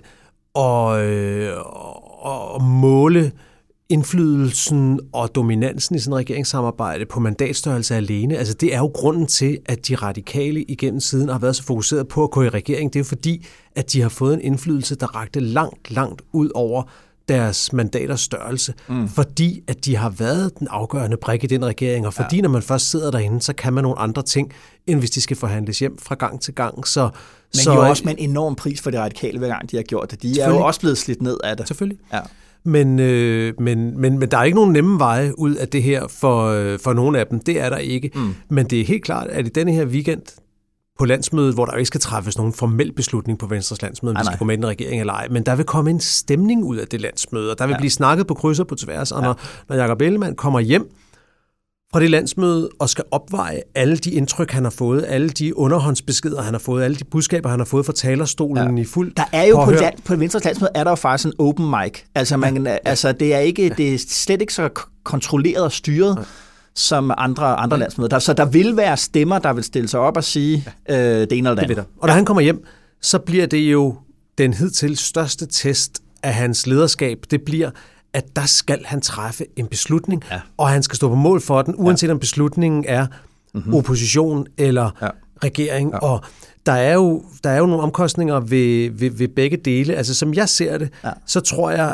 Speaker 5: og måle indflydelsen og dominansen i sådan et regeringssamarbejde på mandatstørrelse alene. Altså det er jo grunden til, at de radikale igennem siden har været så fokuseret på at gå i regering. Det er jo fordi, at de har fået en indflydelse, der rakte langt ud over deres mandaters størrelse, fordi at de har været den afgørende brik i den regering, og fordi når man først sidder derinde, så kan man nogle andre ting, end hvis de skal forhandles hjem fra gang til gang. Men
Speaker 4: jo også med en enorm pris for de radikale, hver gang de har gjort det. De er jo også blevet slidt ned af det.
Speaker 5: Selvfølgelig. Ja. Men der er ikke nogen nemme veje ud af det her for nogle af dem. Det er der ikke. Men det er helt klart, at i denne her weekend på landsmødet, hvor der ikke skal træffes nogen formel beslutning på Venstres landsmøde, om vi skal gå med i en regering eller ej, men der vil komme en stemning ud af det landsmøde, og der vil blive snakket på kryds og på tværs, og når Jacob Ellemann kommer hjem fra det landsmøde og skal opveje alle de indtryk, han har fået, alle de underhåndsbeskeder, han har fået, alle de budskaber, han har fået fra talerstolen i fuld.
Speaker 4: Der er jo på Venstres landsmøde er der jo faktisk en open mic. Altså, det er slet ikke så kontrolleret og styret som andre landsmøder. Så der vil være stemmer, der vil stille sig op og sige det ene eller det andet.
Speaker 5: Og da han kommer hjem, så bliver det jo den hidtil største test af hans lederskab. Det bliver, at der skal han træffe en beslutning, og han skal stå på mål for den, uanset om beslutningen er opposition eller regering. Og der er jo nogle omkostninger ved begge dele. Altså, som jeg ser det, så tror jeg,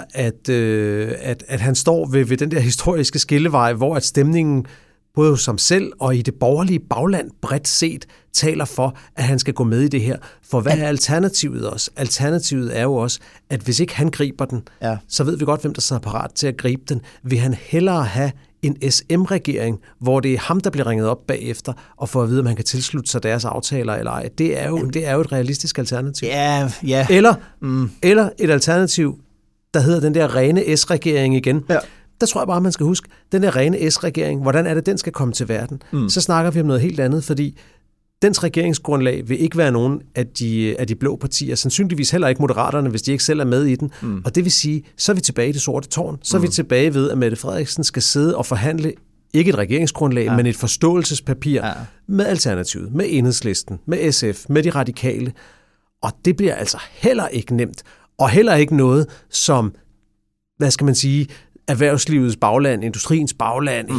Speaker 5: at han står ved den der historiske skillevej, hvor at stemningen både som selv og i det borgerlige bagland bredt set taler for, at han skal gå med i det her. For hvad er alternativet også? Alternativet er jo også, at hvis ikke han griber den, så ved vi godt, hvem der sidder parat til at gribe den. Vil han hellere have en SM-regering, hvor det er ham, der bliver ringet op bagefter, og får at vide, om han kan tilslutte sig deres aftaler eller ej. Det er jo et realistisk alternativ.
Speaker 4: Ja.
Speaker 5: Eller et alternativ, der hedder den der rene S-regering igen. Ja. Der tror jeg bare, man skal huske, den der rene S-regering, hvordan er det, den skal komme til verden? Så snakker vi om noget helt andet, fordi dens regeringsgrundlag vil ikke være nogen af de blå partier, sandsynligvis heller ikke Moderaterne, hvis de ikke selv er med i den. Og det vil sige, så er vi tilbage i det sorte tårn. Så er vi tilbage ved, at Mette Frederiksen skal sidde og forhandle ikke et regeringsgrundlag, men et forståelsespapir med Alternativet, med Enhedslisten, med SF, med de radikale. Og det bliver altså heller ikke nemt, og heller ikke noget, som, hvad skal man sige, erhvervslivets bagland, industriens bagland,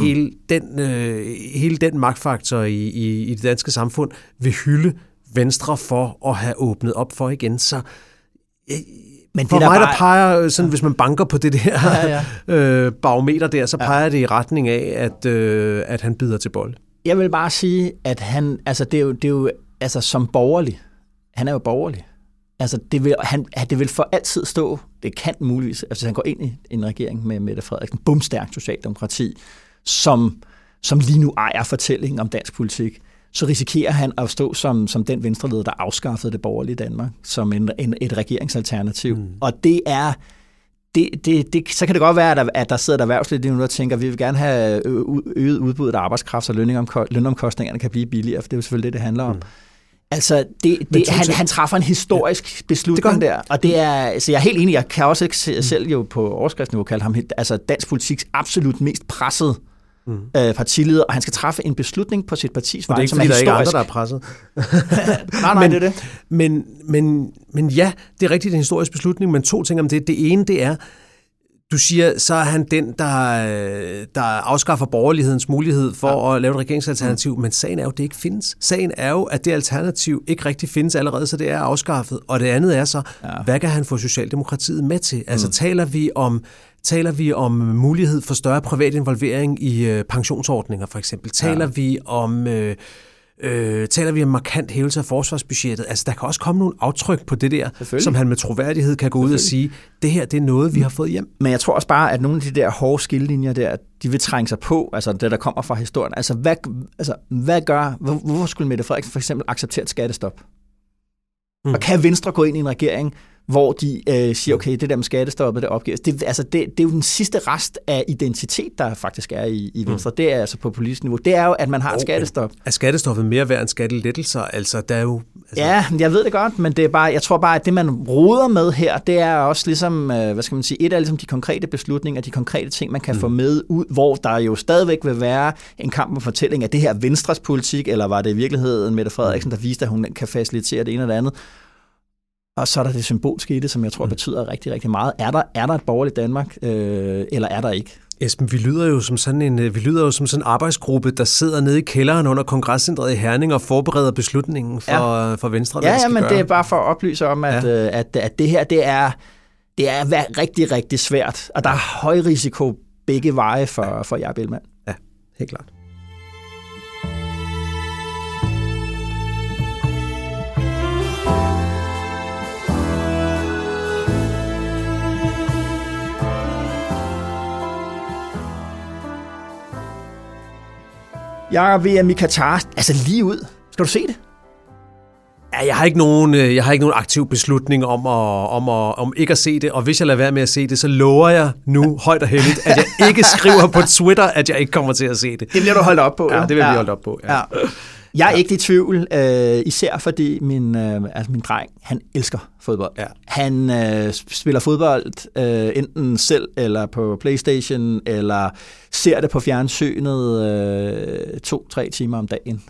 Speaker 5: hele den magtfaktor i det danske samfund vil hylde Venstre for at have åbnet op for igen. Så men for mig, der peger, sådan, hvis man banker på det der barometer der, så peger det i retning af, at han bider til bold.
Speaker 4: Jeg vil bare sige, at han, altså det er jo altså som borgerlig, han er jo borgerlig. Altså, det vil for altid stå, det kan muligvis, altså han går ind i en regering med Mette Frederiksen, bumstærkt socialdemokrati, som lige nu ejer fortællingen om dansk politik, så risikerer han at stå som den venstreleder, der afskaffede det borgerlige Danmark, som et regeringsalternativ. Og det er, så kan det godt være, at der sidder et erhvervsliv lige nu og tænker, at vi vil gerne have øget udbuddet af arbejdskraft, så lønomkostningerne kan blive billigere, for det er jo selvfølgelig det handler om. Altså, han træffer en historisk beslutning der, og det er, så jeg er helt enig, jeg kan også ikke selv jo på overskriftsniveau kalde ham altså dansk politiks absolut mest pressede partileder, og han skal træffe en beslutning på sit partis vej,
Speaker 5: som er historisk. Det er ikke, fordi der er presset.
Speaker 4: nej, det er det.
Speaker 5: Men ja, det er rigtigt en historisk beslutning, men to ting om det. Det ene, det er, du siger, så er han den, der afskaffer borgerlighedens mulighed for at lave et regeringsalternativ, men sagen er jo, at det ikke findes. Sagen er jo, at det alternativ ikke rigtig findes allerede, så det er afskaffet. Og det andet er så, hvad kan han få Socialdemokratiet med til? Altså taler vi om mulighed for større privat involvering i pensionsordninger, for eksempel? Taler vi om markant hævelse af forsvarsbudgettet? Altså, der kan også komme nogle aftryk på det der, som han med troværdighed kan gå ud og sige, det her, det er noget, vi har fået hjem.
Speaker 4: Men jeg tror også bare, at nogle af de der hårde skillelinjer der, de vil trænge sig på, altså det, der kommer fra historien. Altså, hvorfor skulle Mette Frederiksen for eksempel acceptere et skattestop? Og kan Venstre gå ind i en regering, hvor de siger, okay, det der med skattestoppet, det opgives. Det er jo den sidste rest af identitet, der faktisk er i Venstre. Det er altså på politisk niveau. Det er jo, at man har et skattestop.
Speaker 5: Er skattestoppet mere værd end skattelettelser? Altså, der er jo...
Speaker 4: Ja, jeg ved det godt, men det er bare, jeg tror bare, at det, man roder med her, det er også ligesom, hvad skal man sige, et af ligesom de konkrete beslutninger, de konkrete ting, man kan få med ud, hvor der jo stadigvæk vil være en kamp om fortælling af det her Venstres politik, eller var det i virkeligheden Mette Frederiksen, der viste, at hun kan facilitere det ene eller andet. Og så er der det symbolske i det, som jeg tror betyder rigtig, rigtig meget. Er der et borgerligt Danmark, eller er der ikke?
Speaker 5: Esben, vi lyder jo som sådan en arbejdsgruppe, der sidder nede i kælderen under Kongresscentret i Herning og forbereder beslutningen for Venstre.
Speaker 4: Ja, men det er bare for at oplyse om, at det her, det er rigtig, rigtig svært. Og der er høj risiko begge veje for Jakob Ellemann.
Speaker 5: Ja, helt klart.
Speaker 4: Jakob, VM i Katar, altså lige ud. Skal du se det?
Speaker 5: Ja, jeg har ikke nogen aktiv beslutning om ikke at se det, og hvis jeg lader være med at se det, så lover jeg nu højt og heldigt, at jeg ikke skriver på Twitter, at jeg ikke kommer til at se det.
Speaker 4: Det bliver du holdt op på.
Speaker 5: Ja, det vil jeg holde op på. Ja.
Speaker 4: Jeg er ikke i tvivl, især fordi min dreng, han elsker fodbold. Ja. Han spiller fodbold enten selv eller på PlayStation, eller ser det på fjernsynet 2-3 timer om dagen.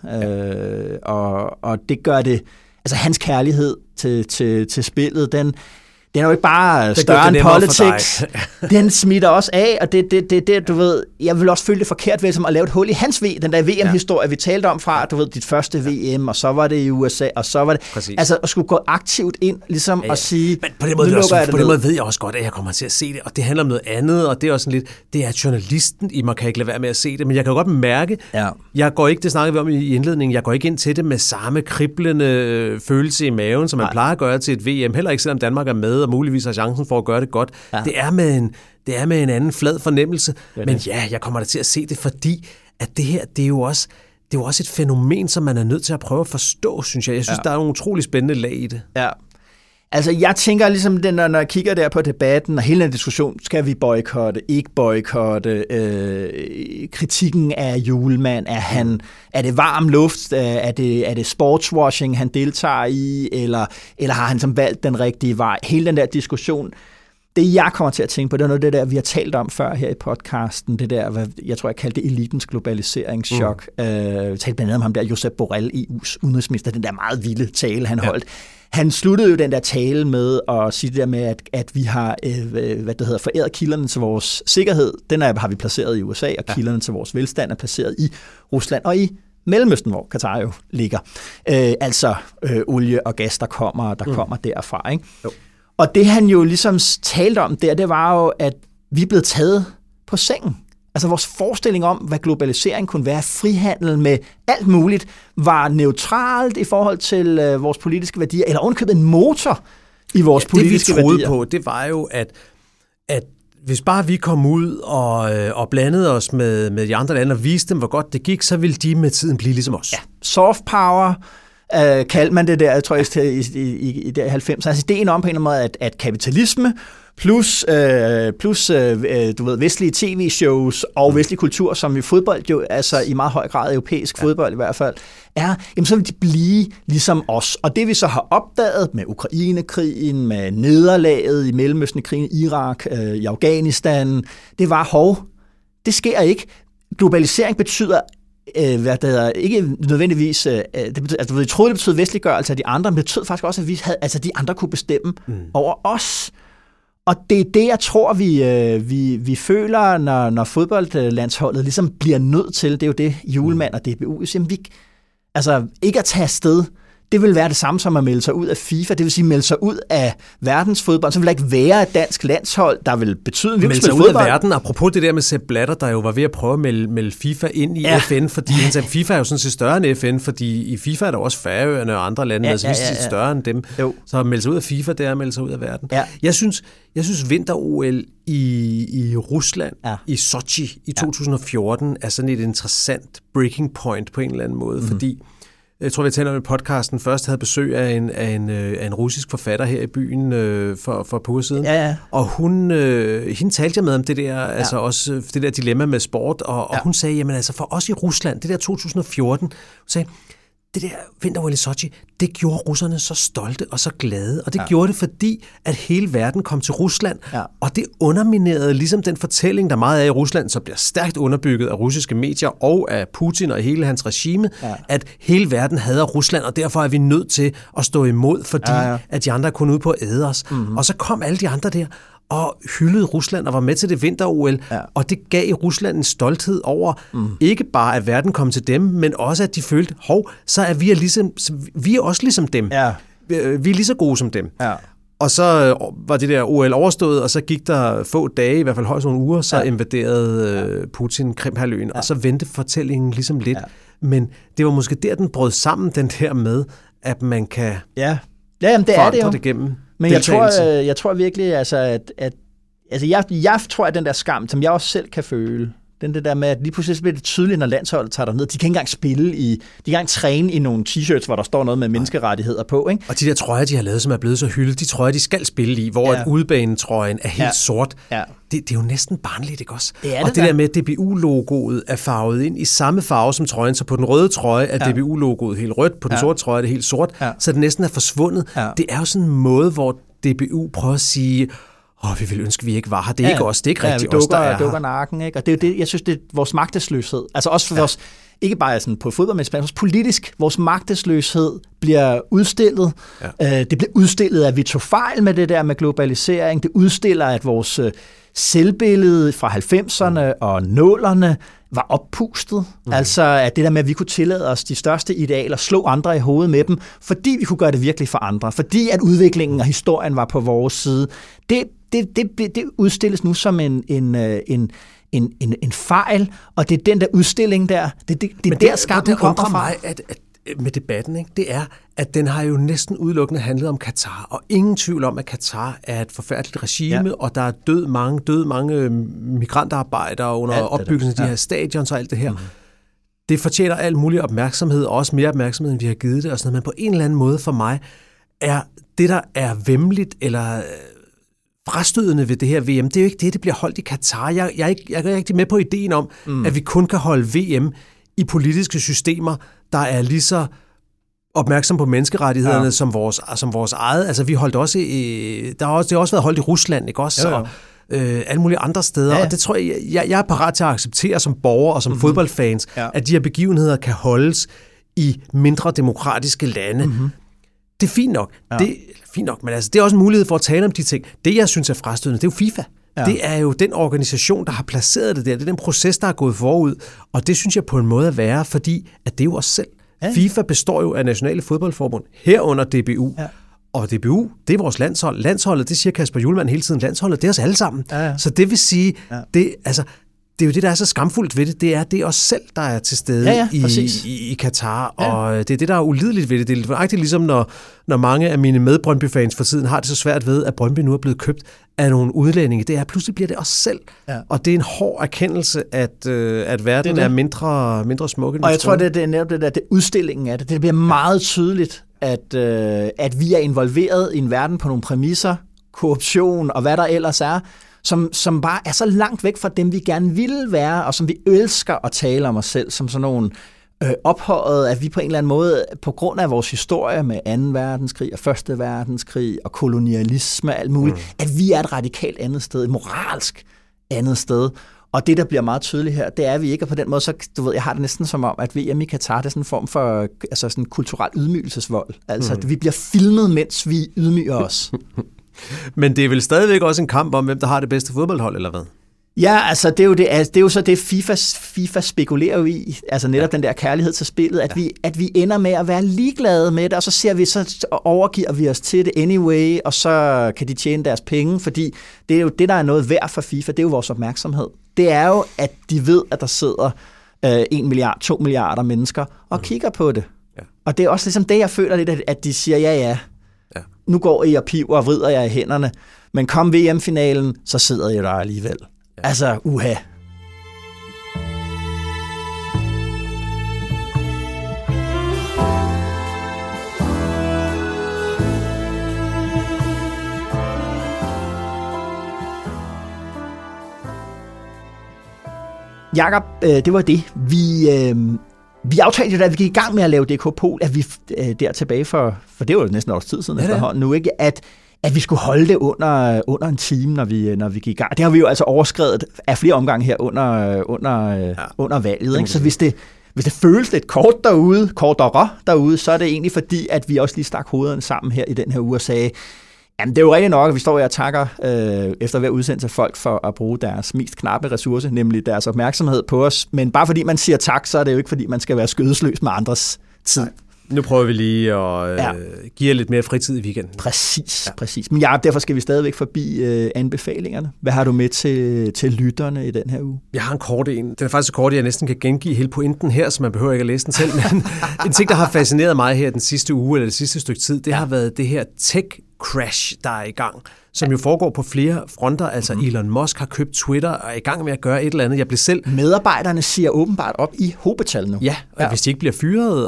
Speaker 4: Og det gør det, altså hans kærlighed til spillet, den er jo ikke bare større end politics. Den smitter også af, og det, du ved, jeg vil også føle det forkert ved som at lave et hul i hans den der VM-historie, vi talte om fra, du ved, dit første VM, og så var det i USA, og så var det... Præcis. Altså, at skulle gå aktivt ind, ligesom at sige...
Speaker 5: Men på den måde ved jeg også godt, at jeg kommer til at se det, og det handler om noget andet, og det er også sådan lidt... Det er journalisten i mig, kan ikke lade være med at se det, men jeg kan godt mærke, jeg går ikke, det snakkede vi om i indledningen, jeg går ikke ind til det med samme kriblende følelse i maven, som man plejer at gøre til et VM, heller ikke selvom Danmark er med, og muligvis har chancen for at gøre det godt. Ja. Det er med en anden flad fornemmelse. Men ja, jeg kommer da til at se det, fordi at det her, det er jo også et fænomen, som man er nødt til at prøve at forstå, synes jeg. Jeg synes, der er nogle utrolig spændende lag i det. Ja.
Speaker 4: Altså, jeg tænker ligesom, når jeg kigger der på debatten, og hele den diskussion, skal vi boykotte, ikke boykotte, kritikken af Hjulmand, er det varm luft, er det sportswashing, han deltager i, eller har han som valgt den rigtige vej? Hele den der diskussion, det jeg kommer til at tænke på, det er noget af det der, vi har talt om før her i podcasten, det der, hvad jeg tror, jeg kaldte det elitens globaliseringschok. Vi talte blandt andet om ham der, Josep Borrell, EU's udenrigsminister, den der meget vilde tale, han holdt. Han sluttede jo den der tale med at sige det der med, at vi har foræret kilderne til vores sikkerhed. Den har vi placeret i USA, og kilderne til vores velstand er placeret i Rusland og i Mellemøsten, hvor Katar jo ligger. Olie og gas, der kommer derfra. Ikke? Og det han jo ligesom talte om der, det var jo, at vi er blevet taget på sengen. Altså vores forestilling om, hvad globalisering kunne være, frihandel med alt muligt, var neutralt i forhold til vores politiske værdier, eller ovenkøbet en motor i vores politiske værdier.
Speaker 5: Det vi troede på, det var jo, at hvis bare vi kom ud og blandede os med de andre lande og viste dem, hvor godt det gik, så ville de med tiden blive ligesom os.
Speaker 4: Ja, soft power kaldte man det der, jeg tror i 90'erne. Altså ideen om på en eller anden måde, at kapitalisme plus du ved, vestlige tv-shows og vestlig kultur, som i fodbold jo, altså i meget høj grad europæisk fodbold i hvert fald, jamen så vil de blive ligesom os. Og det vi så har opdaget med Ukraine-krigen, med nederlaget i Mellemøsten-krigen, Irak, i Afghanistan, det var, det sker ikke. Globalisering betyder ikke nødvendigvis, jeg troede, det betød vestliggørelse af de andre, men det betød faktisk også, at de andre kunne bestemme over os. Og det er det, jeg tror, vi føler, når fodboldlandsholdet ligesom bliver nødt til, det er jo det, Hjulmand og DBU, ikke at tage afsted. Det vil være det samme som at melde sig ud af FIFA, det vil sige melde sig ud af verdensfodbold, så vil der ikke være et dansk landshold, der vil betyde, at vi
Speaker 5: melde sig ud af verden. Apropos det der med Sepp Blatter, der jo var ved at prøve at melde FIFA ind i FN, fordi han sagde, FIFA er jo sådan set større end FN, fordi i FIFA er der også Færøerne og andre lande, altså vi er større end dem. Jo. Så at melde sig ud af FIFA, det er at melde sig ud af verden. Ja. Jeg synes vinter-OL i Rusland, i Sochi i 2014, er sådan et interessant breaking point på en eller anden måde, fordi jeg tror, vi taler om i podcasten. Først havde besøg af en russisk forfatter her i byen for et par uger siden. Ja. Og hende talte jeg med om det der, altså også det der dilemma med sport. Og hun sagde, jamen altså for os i Rusland, det der 2014, hun sagde, det der vinter-OL i Sochi, det gjorde russerne så stolte og så glade. Og det gjorde det, fordi at hele verden kom til Rusland. Ja. Og det underminerede ligesom den fortælling, der meget er i Rusland, som bliver stærkt underbygget af russiske medier og af Putin og hele hans regime, at hele verden hader Rusland, og derfor er vi nødt til at stå imod, fordi at de andre er kun ude på at æde os. Mm-hmm. Og så kom alle de andre der og hyldede Rusland og var med til det vinter-OL, og det gav Rusland en stolthed over, ikke bare at verden kom til dem, men også at de følte, så er vi er også ligesom dem. Ja. Vi er lige så gode som dem. Ja. Og så var det der OL overstået, og så gik der få dage, i hvert fald højst nogle uger, så invaderede Putin Krimhalvøen, og så vendte fortællingen ligesom lidt. Ja. Men det var måske der, den brød sammen, den der med, at man kan
Speaker 4: jamen, det er det jo.
Speaker 5: Det gennem.
Speaker 4: Men jeg tror virkelig, jeg tror, at den der skam, som jeg også selv kan føle, Det der med, at lige pludselig bliver det tydeligt, når landsholdet tager derned. De kan ikke engang spille de kan ikke engang træne i nogle t-shirts, hvor der står noget med menneskerettigheder på. Ikke?
Speaker 5: Og de der trøjer, de har lavet, som er blevet så hyldet, de trøjer, de skal spille i, hvor at udebanetrøjen er helt sort. Ja. Det er jo næsten barnligt, ikke også?
Speaker 4: Det
Speaker 5: og det der med, at DBU-logoet er farvet ind i samme farve som trøjen, så på den røde trøje er DBU-logoet helt rødt, på den sorte trøje er det helt sort, så det næsten er forsvundet. Ja. Det er jo sådan en måde, hvor DBU prøver at sige, vi vil ønske, vi ikke var her. Det er ikke os, det er ikke rigtigt os, der er
Speaker 4: dukker nakken, ikke? Og det er jo det, jeg synes, det er vores magtesløshed. Altså også for vores, ikke bare sådan på fodbold, men også politisk, vores magtesløshed bliver udstillet. Ja. Det bliver udstillet, at vi tog fejl med det der med globalisering. Det udstiller, at vores selvbillede fra 90'erne og 0'erne var oppustet. Altså at det der med, at vi kunne tillade os de største idealer, slå andre i hovedet med dem, fordi vi kunne gøre det virkelig for andre. Fordi at udviklingen og historien var på vores side. Det udstilles nu som en fejl, og det er den der udstilling der, det er der skammen kommer fra.
Speaker 5: Mig, at med debatten, ikke, det er, at den har jo næsten udelukkende handlet om Katar, og ingen tvivl om, at Katar er et forfærdeligt regime, og der er død mange migrantarbejdere under opbyggelsen af de her stadions og alt det her. Det fortjener alt mulig opmærksomhed, og også mere opmærksomhed, end vi har givet det, og sådan noget. Men på en eller anden måde for mig, er det, der er væmmeligt, eller frastødende ved det her VM, det er jo ikke det bliver holdt i Katar. Jeg er ikke rigtig med på ideen om, at vi kun kan holde VM i politiske systemer, der er lige så opmærksom på menneskerettighederne som vores eget. Altså vi holdt også det har også været holdt i Rusland, ikke også? Og alle mulige andre steder. Og det tror jeg er parat til at acceptere som borger og som fodboldfans, at de her begivenheder kan holdes i mindre demokratiske lande. Det er fint nok. Det er fint nok, men altså, det er også en mulighed for at tale om de ting. Det, jeg synes er frastødende, det er jo FIFA. Ja. Det er jo den organisation, der har placeret det der. Det er den proces, der er gået forud. Og det synes jeg på en måde er værre, fordi at det er jo os selv. Ja. FIFA består jo af nationale fodboldforbund, herunder DBU. Ja. Og DBU, det er vores landshold. Landsholdet, det siger Kasper Hjulmand hele tiden. Landsholdet, det er os alle sammen. Ja. Så det vil sige, det er jo det, der er så skamfuldt ved det. Det er os selv, der er til stede i Katar. Og det er det, der er ulideligt ved det. Det er faktisk ligesom, når mange af mine med-Brøndby-fans for tiden har det så svært ved, at Brøndby nu er blevet købt af nogle udlændinge. Det er, pludselig bliver det os selv. Ja. Og det er en hård erkendelse, at verden er mindre smuk.
Speaker 4: Og jeg tror, det er netop det der, det udstillingen af det. Det bliver meget tydeligt, at vi er involveret i en verden på nogle præmisser, korruption og hvad der ellers er, som bare er så langt væk fra dem, vi gerne ville være, og som vi elsker at tale om os selv, som sådan nogle ophøjet, at vi på en eller anden måde, på grund af vores historie med 2. verdenskrig og 1. verdenskrig og kolonialisme og alt muligt, at vi er et radikalt andet sted, et moralsk andet sted. Og det, der bliver meget tydeligt her, det er, at vi ikke er på den måde, så du ved, jeg har det næsten som om, at VM i Katar, det er sådan en form for sådan kulturel ydmygelsesvold. Altså, at vi bliver filmet, mens vi ydmyger os.
Speaker 5: Men det er vel stadigvæk også en kamp om, hvem der har det bedste fodboldhold, eller hvad?
Speaker 4: Ja, altså det er jo det. Altså, det er jo så det, FIFA spekulerer jo i. Altså netop den der kærlighed til spillet, at vi ender med at være ligeglade med det, og så overgiver vi os til det anyway, og så kan de tjene deres penge, fordi det er jo det, der er noget værd for FIFA, det er jo vores opmærksomhed. Det er jo, at de ved, at der sidder 1 milliard, 2 milliarder mennesker og kigger på det. Ja. Og det er også ligesom det, jeg føler lidt, at de siger, ja. Nu går I og piver og vrider jer i hænderne, men kom VM-finalen, så sidder I der alligevel. Ja. Altså, uha. Jakob, det var det. Vi aftalte jo, da vi gik i gang med at lave DK Pol, at vi der tilbage for det var jo næsten års tid siden efterhånden nu, ikke? At vi skulle holde det under en time, når vi gik i gang. Det har vi jo altså overskredet af flere omgange her under valget. Ikke? Så hvis det føles lidt kortere derude, så er det egentlig fordi, at vi også lige stak hovederne sammen her i den her uge og sagde, jamen det er jo rigtigt nok, at vi står her og takker efter hver udsendelse af folk for at bruge deres mest knappe ressource, nemlig deres opmærksomhed på os. Men bare fordi man siger tak, så er det jo ikke fordi, man skal være skødesløs med andres tid. Nej.
Speaker 5: Nu prøver vi lige at give lidt mere fritid i weekenden.
Speaker 4: Præcis. Men derfor skal vi stadigvæk forbi anbefalingerne. Hvad har du med til lytterne i den her uge?
Speaker 5: Jeg har en kort en. Den er faktisk så kort, at jeg næsten kan gengive hele pointen her, så man behøver ikke at læse den selv. Men en ting, der har fascineret mig her den sidste uge, eller det sidste stykke tid, det har været det her crash, der er i gang, som jo foregår på flere fronter. Altså Elon Musk har købt Twitter og er i gang med at gøre et eller andet. Jeg blev selv...
Speaker 4: Medarbejderne siger åbenbart op i hobetal nu.
Speaker 5: Ja, hvis de ikke bliver fyret,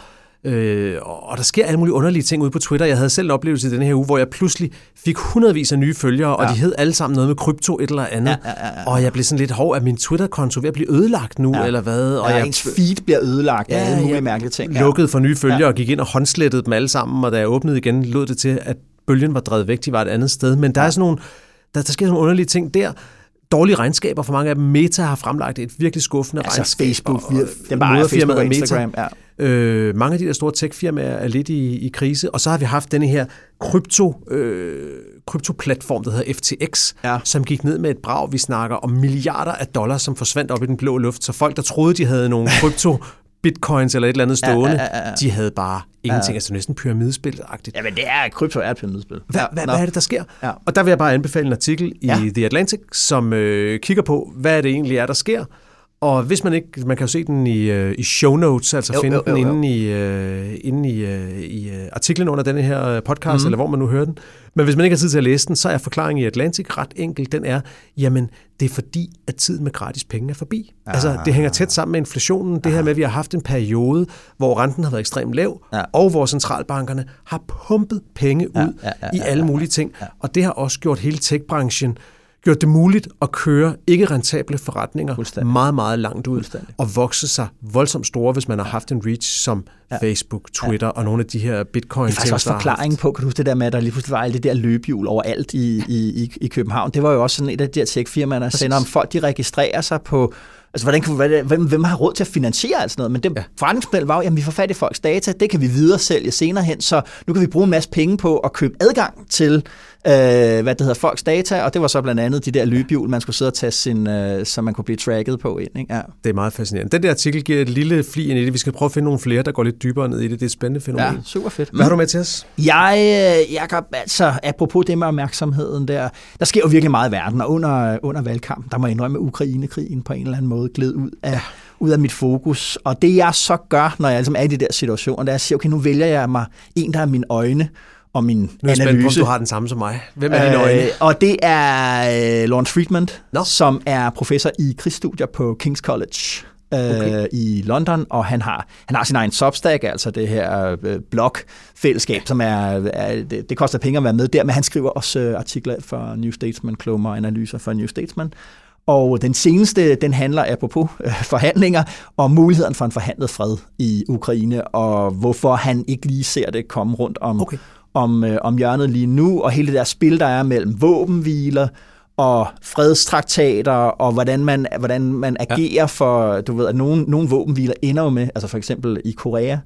Speaker 5: og der sker alle mulige underlige ting ude på Twitter. Jeg havde selv en oplevelse i denne her uge, hvor jeg pludselig fik hundredvis af nye følgere, og de hed alle sammen noget med krypto, et eller andet. Og jeg blev sådan lidt at min Twitter-konto ved at blive ødelagt nu, eller hvad? Og
Speaker 4: ens feed bliver ødelagt af alle mulige mærkelige ting.
Speaker 5: Lukkede for nye følgere og gik ind og håndslettede dem alle sammen, og da jeg åbnede igen, lød det til, at bølgen var drevet væk, de var et andet sted. Men der er sådan nogle, der sker sådan nogle underlige ting der. Dårlige regnskaber for mange af dem. Meta har fremlagt et virkelig skuffende regnskab.
Speaker 4: Facebook, den bare Facebook og Instagram.
Speaker 5: Mange af de der store tech-firmaer er lidt i krise, og så har vi haft denne her kryptoplatform, der hedder FTX, som gik ned med et brag. Vi snakker om milliarder af dollars, som forsvandt op i den blå luft, så folk, der troede, de havde nogle bitcoins eller et eller andet stående, de havde bare ingenting. Altså næsten pyramidespil-agtigt.
Speaker 4: Ja, men krypto er et pyramidespil.
Speaker 5: Hvad er det, der sker? Ja. Og der vil jeg bare anbefale en artikel i The Atlantic, som kigger på, hvad det egentlig er, der sker. Og hvis man ikke, man kan jo se den i show notes, altså finde den inde i artiklen under denne her podcast, eller hvor man nu hører den. Men hvis man ikke har tid til at læse den, så er forklaringen i Atlantic ret enkel. Den er, jamen, det er fordi, at tiden med gratis penge er forbi. Altså, det hænger tæt sammen med inflationen. Det her med, at vi har haft en periode, hvor renten har været ekstremt lav, og hvor centralbankerne har pumpet penge ud i alle mulige ting. Og det har også gjort hele tech-branchen gjort det muligt at køre ikke-rentable forretninger meget, meget langt ud og vokse sig voldsomt store, hvis man har haft en reach som Facebook, Twitter og nogle af de her bitcoin.
Speaker 4: Det er faktisk også forklaringen på, kan du huske det der med, at der lige pludselig var alt det der løbehjul overalt i København. Det var jo også sådan et af de der tech-firmaer, der sender om folk, de registrerer sig på. Altså, hvem har råd til at finansiere alt sådan noget? Men det forretningsmodel var jo, at vi får fat i folks data, det kan vi videre sælge senere hen, så nu kan vi bruge en masse penge på at købe adgang til folks data, og det var så blandt andet de der løbehjul, man skulle sidde og tage så man kunne blive tracket på ind. Ikke? Ja.
Speaker 5: Det er meget fascinerende. Den der artikel giver et lille fli ind i det. Vi skal prøve at finde nogle flere, der går lidt dybere ned i det. Det er et spændende fænomen.
Speaker 4: Ja, super fedt.
Speaker 5: Hvad har du med til os?
Speaker 4: Jakob, altså, apropos det med opmærksomheden der sker jo virkelig meget i verden, og under valgkampen, der må jeg indrømme, at Ukraine-krigen på en eller anden måde gled ud af mit fokus. Og det jeg så gør, når jeg ligesom er i de der situationer, det er at sige, okay, nu vælger jeg mig en, der er mine øjne og min analyse. Nu er jeg spændt på,
Speaker 5: du har den samme som mig. Hvem er dine øjne?
Speaker 4: Og det er Lawrence Friedman, som er professor i krigsstudier på King's College i London, og han har sin egen Substack, altså det her blog-fællesskab, som det koster penge at være med der, men han skriver også artikler for New Statesman, klumme og analyser for New Statesman. Og den seneste, den handler apropos forhandlinger om muligheden for en forhandlet fred i Ukraine, og hvorfor han ikke lige ser det komme rundt om hjørnet lige nu, og hele det der spil, der er mellem våbenhviler og fredstraktater, og hvordan man agerer for, du ved, at nogle våbenhviler ender jo med, altså for eksempel i Korea,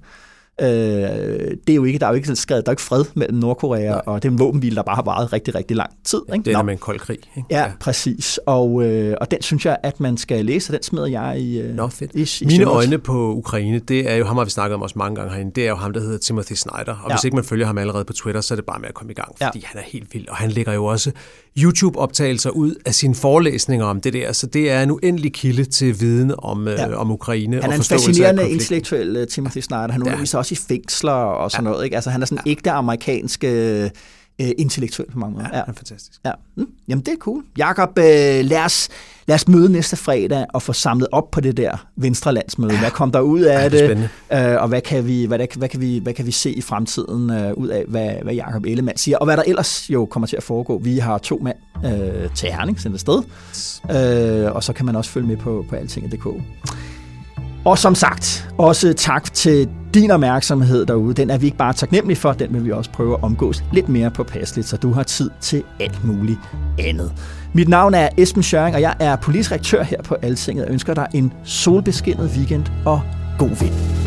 Speaker 4: det er jo ikke, der er jo ikke skrevet, der er ikke fred mellem Nordkorea og det er en våbenhvile, der bare har varet rigtig, rigtig lang tid. Ikke?
Speaker 5: Det er med en kold krig. Ikke?
Speaker 4: Ja, præcis. Og den synes jeg, at man skal læse, den smider jeg i
Speaker 5: fedt. Mine øjne på Ukraine, det er jo ham, har vi snakket om også mange gange herinde, det er jo ham, der hedder Timothy Snyder. Og hvis ikke man følger ham allerede på Twitter, så er det bare med at komme i gang, fordi han er helt vild. Og han lægger jo også YouTube-optagelser ud af sine forelæsninger om det der, så det er en uendelig kilde til viden om Ukraine.
Speaker 4: Han er en fascinerende intellektuel Timothy Snyder. Han underviser også i fængsler og sådan noget. Ikke? Altså, han er sådan en ægte amerikansk intellektuel på mange måder.
Speaker 5: Ja, han er fantastisk.
Speaker 4: Ja. Jamen, det er cool. Jakob, lad os møde næste fredag og få samlet op på det der Venstrelandsmøde. Hvad kom der ud af det? Og hvad kan vi se i fremtiden ud af, hvad Jakob Ellemann siger? Og hvad der ellers jo kommer til at foregå. Vi har 2 mand til Herning sendt afsted. Og så kan man også følge med på altinget.dk. Og som sagt, også tak til din opmærksomhed derude. Den er vi ikke bare taknemmelige for, den vil vi også prøve at omgås lidt mere påpasseligt, så du har tid til alt muligt andet. Mit navn er Esben Schøring, og jeg er politisk redaktør her på Altinget. Jeg ønsker dig en solbeskinnet weekend og god vind.